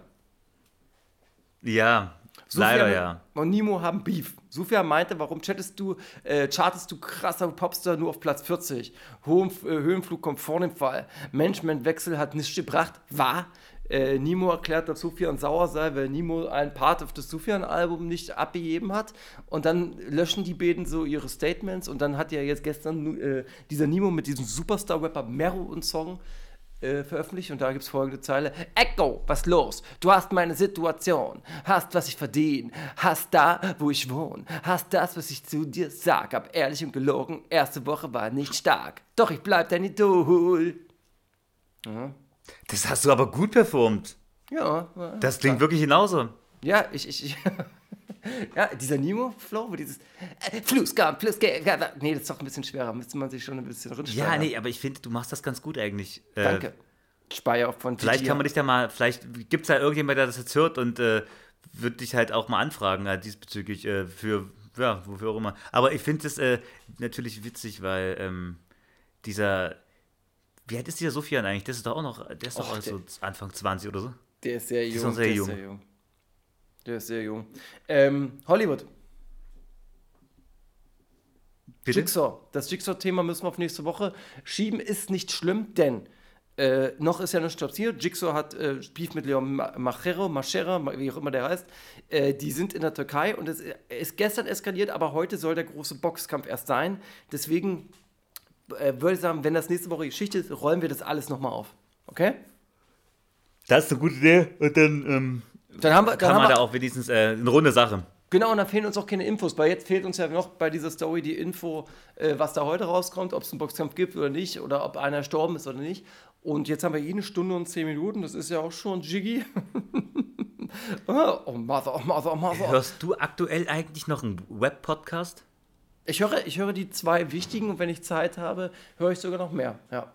S3: Ja,
S5: Sufjan
S3: leider ja.
S5: und Nimo haben Beef. Sufjan meinte, warum chattest du, äh, chartest du krasser Popstar nur auf Platz vierzig? Hohem, äh, Höhenflug kommt vor dem Fall. Managementwechsel hat nichts gebracht. War. Äh, Nimo erklärt, dass Sufjan sauer sei, weil Nimo einen Part auf das Sufjan-Album nicht abgegeben hat. Und dann löschen die beiden so ihre Statements. Und dann hat ja jetzt gestern äh, dieser Nimo mit diesem Superstar-Rapper Mero einen Song äh, veröffentlicht. Und da gibt es folgende Zeile. Echo, was los? Du hast meine Situation. Hast, was ich verdiene. Hast da, wo ich wohne. Hast das, was ich zu dir sag. Hab ehrlich und gelogen. Erste Woche war nicht stark. Doch ich bleib dein Idol. Ja.
S3: Das hast du aber gut performt.
S5: Ja,
S3: Das klingt wirklich genauso.
S5: ja, ich, ich, ich ja, dieser Nemo-Flow, wo dieses äh, Flussgarn, Flussgarn, nee, das ist doch ein bisschen schwerer, müsste man sich schon ein bisschen drinstellen.
S3: Ja, nee, aber ich finde, du machst das ganz gut eigentlich. Äh,
S5: Danke. Speyer von
S3: Vielleicht
S5: Gigi.
S3: kann man dich da mal, vielleicht gibt es da irgendjemand, der das jetzt hört und äh, wird dich halt auch mal anfragen halt diesbezüglich äh, für, ja, wofür auch immer. Aber ich finde es äh, natürlich witzig, weil ähm, dieser, wie alt ist dieser Sufjan eigentlich? Das ist doch auch noch, der ist doch
S5: Och,
S3: auch so Anfang zwanzig oder so.
S5: Der ist sehr jung.
S3: ist noch sehr
S5: der
S3: jung.
S5: Ist sehr jung. Der ist sehr jung. Ähm, Hollywood.
S3: Bitte?
S5: Jigsaw. Das Jigsaw-Thema müssen wir auf nächste Woche schieben. Ist nicht schlimm, denn äh, noch ist ja nichts passiert. Jigsaw hat äh, Beef mit Leon Machero, Machera, wie auch immer der heißt. Äh, die sind in der Türkei und es ist gestern eskaliert, aber heute soll der große Boxkampf erst sein. Deswegen äh, würde ich sagen, wenn das nächste Woche Geschichte ist, rollen wir das alles nochmal auf. Okay?
S3: Das ist eine gute Idee. Und dann, ähm,
S5: Dann haben wir, dann
S3: kann
S5: haben
S3: man
S5: wir
S3: da auch wenigstens äh, eine runde Sache.
S5: Genau, und dann fehlen uns auch keine Infos, weil jetzt fehlt uns ja noch bei dieser Story die Info, äh, was da heute rauskommt, ob es einen Boxkampf gibt oder nicht, oder ob einer gestorben ist oder nicht. Und jetzt haben wir eh eine Stunde und zehn Minuten, das ist ja auch schon jiggy. oh, Mother, oh, Mother, oh, Mother.
S3: Hörst du aktuell eigentlich noch einen Web-Podcast?
S5: Ich höre, ich höre die zwei wichtigen und wenn ich Zeit habe, höre ich sogar noch mehr, ja.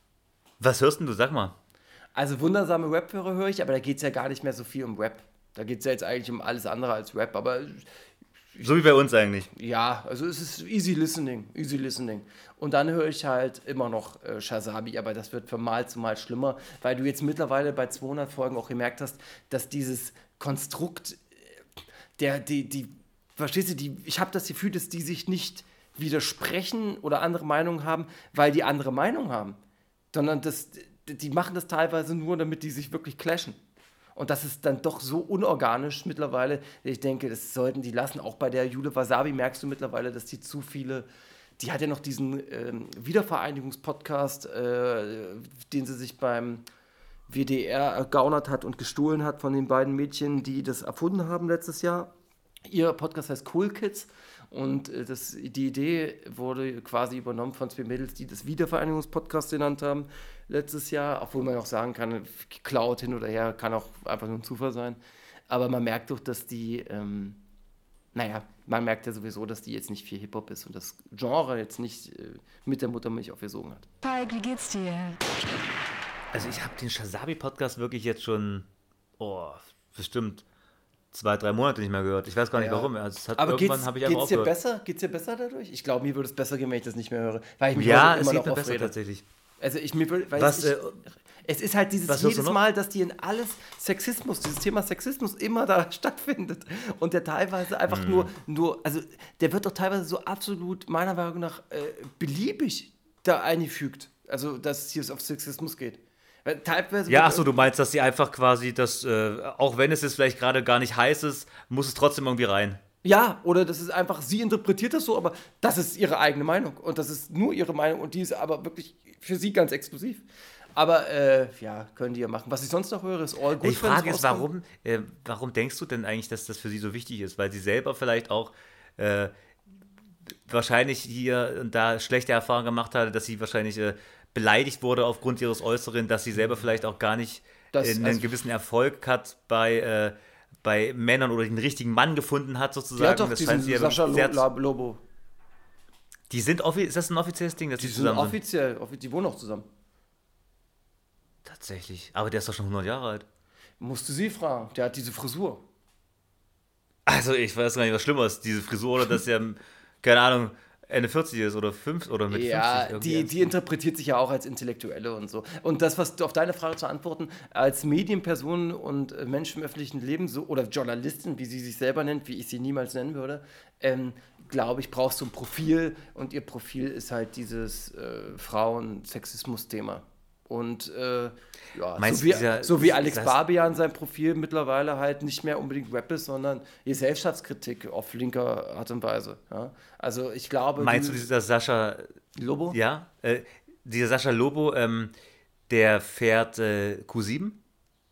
S3: Was hörst denn du? Sag mal.
S5: Also wundersame Rap-Hörer höre ich, aber da geht es ja gar nicht mehr so viel um Rap. Da geht es ja jetzt eigentlich um alles andere als Rap, aber
S3: So wie bei uns eigentlich.
S5: ja, also es ist easy listening, easy listening. Und dann höre ich halt immer noch äh, Shazabi, aber das wird von Mal zu Mal schlimmer, weil du jetzt mittlerweile bei zweihundert Folgen auch gemerkt hast, dass dieses Konstrukt, äh, der, die, die, verstehst du, die, ich habe das Gefühl, dass die sich nicht widersprechen oder andere Meinungen haben, weil die andere Meinung haben, sondern das, die machen das teilweise nur, damit die sich wirklich clashen. Und das ist dann doch so unorganisch mittlerweile. Ich denke, das sollten die lassen. Auch bei der Jule Wasabi merkst du mittlerweile, dass die zu viele. Die hat ja noch diesen ähm, Wiedervereinigungspodcast, äh, den sie sich beim W D R ergaunert hat und gestohlen hat von den beiden Mädchen, die das erfunden haben letztes Jahr. Ihr Podcast heißt Cool Kids. Und äh, das, die Idee wurde quasi übernommen von zwei Mädels, die das Wiedervereinigungspodcast genannt haben letztes Jahr, obwohl man auch sagen kann, geklaut hin oder her, kann auch einfach nur ein Zufall sein. Aber man merkt doch, dass die, ähm, naja, man merkt ja sowieso, dass die jetzt nicht viel Hip-Hop ist und das Genre jetzt nicht äh, mit der Muttermilch aufgesogen hat.
S2: Falk, wie geht's dir?
S3: Also ich habe den Shazabi-Podcast wirklich jetzt schon, oh, bestimmt zwei, drei Monate nicht mehr gehört. Ich weiß gar nicht
S5: Ja.
S3: warum. Also es hat,
S5: Aber
S3: irgendwann
S5: geht's,
S3: habe ich einfach
S5: geht's dir
S3: aufgehört.
S5: besser? Geht's dir besser dadurch? Ich glaube, mir würde es besser gehen, wenn ich das nicht mehr höre. Weil ich mich
S3: Ja,
S5: heute
S3: es
S5: immer
S3: geht
S5: noch
S3: mir besser
S5: aufrede.
S3: tatsächlich.
S5: Also ich mir würde, weil
S3: Was,
S5: ich,
S3: äh,
S5: es ist halt dieses
S3: was hörst du
S5: jedes
S3: noch?
S5: Mal, dass die in alles Sexismus, dieses Thema Sexismus immer da stattfindet und der teilweise einfach
S3: Hm.
S5: nur, nur, also der wird doch teilweise so absolut meiner Meinung nach äh, beliebig da eingefügt, also dass es hier auf Sexismus geht. Weil teilweise
S3: Ja,
S5: wird-
S3: achso, du meinst, dass sie einfach quasi das, äh, auch wenn es jetzt vielleicht gerade gar nicht heiß ist, muss es trotzdem irgendwie rein.
S5: Ja, oder das ist einfach, sie interpretiert das so, aber das ist ihre eigene Meinung und das ist nur ihre Meinung und die ist aber wirklich für sie ganz exklusiv. Aber äh, ja, können die ja machen. Was ich sonst noch höre, ist All Good.
S3: Die Frage
S5: wenn es
S3: ist,
S5: rauskommt.
S3: warum, äh, warum denkst du denn eigentlich, dass das für sie so wichtig ist? Weil sie selber vielleicht auch äh, wahrscheinlich hier und da schlechte Erfahrungen gemacht hatte, dass sie wahrscheinlich äh, beleidigt wurde aufgrund ihres Äußeren, dass sie selber vielleicht auch gar nicht
S5: Das-
S3: äh, einen
S5: also-
S3: gewissen Erfolg hat bei, äh, bei Männern oder den richtigen Mann gefunden hat, sozusagen.
S5: Die hat doch
S3: das
S5: diesen
S3: scheint sie ja
S5: Sascha
S3: sehr
S5: Lo
S3: zu-
S5: La- Lobo.
S3: Die sind offi- ist das ein offizielles Ding, dass die,
S5: Die sind
S3: zusammen sind?
S5: offiziell, offi- die wohnen auch zusammen.
S3: Tatsächlich. Aber der ist doch schon hundert Jahre alt.
S5: Musst du sie fragen. Der hat diese Frisur.
S3: Also ich weiß gar nicht, was schlimmer ist, diese Frisur oder dass er, keine Ahnung, Ende vierzig ist oder fünf oder mit
S5: Ja,
S3: fünfzig. irgendwie
S5: die,
S3: ernst.
S5: die interpretiert sich ja auch als Intellektuelle und so. Und das, was du auf deine Frage zu antworten, als Medienperson und äh, Mensch im öffentlichen Leben, so, oder Journalistin, wie sie sich selber nennt, wie ich sie niemals nennen würde, ähm, glaube ich, brauchst du ein Profil und ihr Profil ist halt dieses äh, Frauen-Sexismus-Thema. Und äh, ja,
S3: Meinst
S5: so
S3: du,
S5: wie,
S3: dieser-
S5: so wie Alex
S3: das-
S5: Barbian sein Profil mittlerweile halt nicht mehr unbedingt Rap ist, sondern Gesellschaftskritik auf linker Art und Weise. Ja? Also ich glaube...
S3: Meinst du,
S5: die-
S3: dieser Sascha,
S5: Lobo?
S3: ja, äh, dieser Sascha Lobo, ähm, der fährt äh, Q sieben?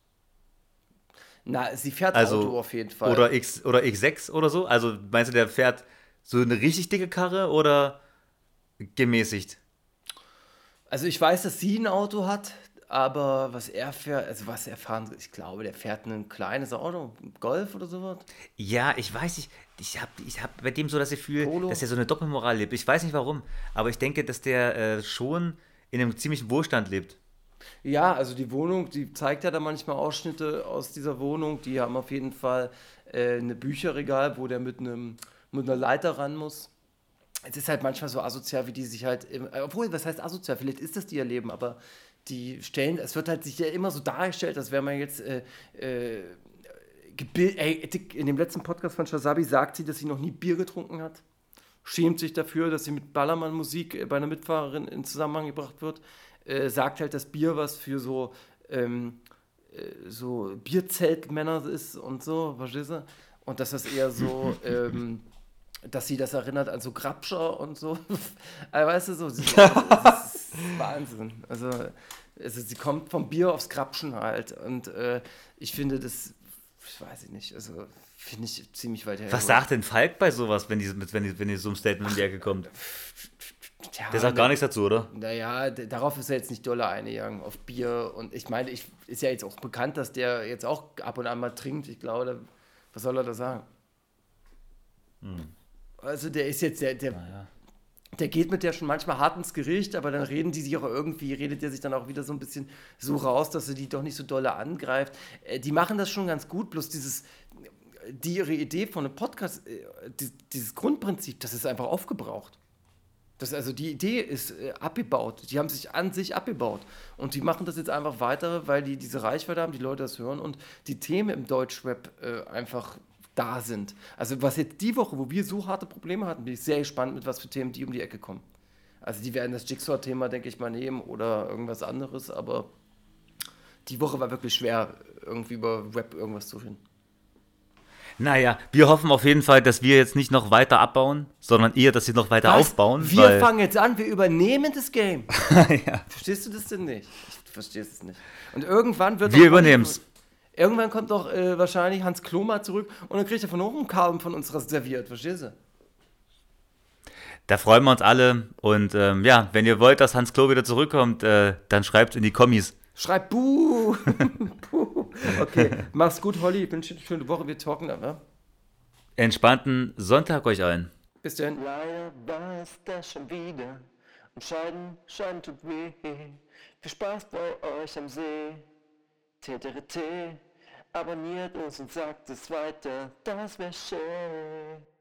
S5: Na, sie fährt
S3: Also,
S5: Auto auf jeden Fall.
S3: Oder, X, oder X sechs oder so? Also meinst du, der fährt so eine richtig dicke Karre oder gemäßigt?
S5: Also ich weiß, dass sie ein Auto hat, aber was er fährt, also was er fahren, ich glaube, der fährt ein kleines Auto, ein Golf oder sowas.
S3: Ja, ich weiß nicht. Ich habe ich hab bei dem so das Gefühl,
S5: Polo?
S3: dass er so eine Doppelmoral lebt. Ich weiß nicht warum, aber ich denke, dass der äh, schon in einem ziemlichen Wohlstand lebt.
S5: Ja, also die Wohnung, die zeigt ja da manchmal Ausschnitte aus dieser Wohnung. Die haben auf jeden Fall äh, eine Bücherregal, wo der mit einem mit einer Leiter ran muss. Es ist halt manchmal so asozial, wie die sich halt, im, äh, obwohl, was heißt asozial? Vielleicht ist das die ihr Leben, aber die stellen, es wird halt sich ja immer so dargestellt, als wäre man jetzt äh, äh, gebil- ey, in dem letzten Podcast von Shazabi sagt sie, dass sie noch nie Bier getrunken hat. schämt sich dafür, dass sie mit Ballermann-Musik äh, bei einer Mitfahrerin in Zusammenhang gebracht wird. Äh, sagt halt, dass Bier was für so, ähm, äh, so Bierzeltmänner ist und so, verstehst du? Und dass das eher so, ähm, dass sie das erinnert an so Grabscher und so. Also, weißt du, so, sie, das ist Wahnsinn. Also, also, sie kommt vom Bier aufs Grabschen halt. Und äh, ich finde das, ich weiß ich nicht, also finde ich ziemlich weit her.
S3: Was sagt denn Falk bei sowas, wenn die, wenn die, wenn die so ein Statement in die Ecke kommt?
S5: Ja,
S3: Der sagt gar nichts dazu, oder?
S5: Naja, d- darauf ist er jetzt nicht dolle eingegangen, auf Bier. Und ich meine, ich, ist ja jetzt auch bekannt, dass der jetzt auch ab und an mal trinkt. Ich glaube, da, was soll er da sagen? Also der ist jetzt, der, der,
S3: Naja.
S5: der geht mit der schon manchmal hart ins Gericht, aber dann reden die sich auch irgendwie, redet der sich dann auch wieder so ein bisschen so raus, dass er die doch nicht so dolle angreift. Äh, die machen das schon ganz gut, bloß dieses, die ihre Idee von einem Podcast, äh, die, dieses Grundprinzip, das ist einfach aufgebraucht. Das, also die Idee ist äh, abgebaut. Die haben sich an sich abgebaut. Und die machen das jetzt einfach weiter, weil die diese Reichweite haben, die Leute das hören und die Themen im Deutschrap äh, einfach da sind. Also was jetzt die Woche, wo wir so harte Probleme hatten, bin ich sehr gespannt, mit was für Themen die um die Ecke kommen. Also die werden das Jigsaw-Thema, denke ich mal, nehmen oder irgendwas anderes, aber die Woche war wirklich schwer, irgendwie über Rap irgendwas zu finden.
S3: Naja, wir hoffen auf jeden Fall, dass wir jetzt nicht noch weiter abbauen, sondern eher, dass sie noch weiter
S5: Was?
S3: aufbauen.
S5: Wir
S3: weil,
S5: fangen jetzt an, wir übernehmen das Game.
S3: ja.
S5: Verstehst du das denn nicht? Ich verstehe es nicht. Und irgendwann wird
S3: Wir
S5: doch-
S3: übernehmen's.
S5: Irgendwann kommt doch äh, wahrscheinlich Hans Kloma zurück und dann kriegt er von oben einen Kalben von uns serviert, verstehst du?
S3: Da freuen wir uns alle. Und ähm, ja, wenn ihr wollt, dass Hans Klo wieder zurückkommt, äh, dann schreibt in die Kommis.
S5: Schreib Buh! Buh! Okay, mach's gut, Holly. Ich wünsche dir eine schöne Woche. Wir talken dann, ne?
S3: Entspannten Sonntag euch allen.
S5: Bis dann.
S4: Leider war es das schon wieder. Und Scheiden, Scheiden tut weh. Viel Spaß bei euch am See. T T R T. Abonniert uns und sagt es weiter. Das wär schön.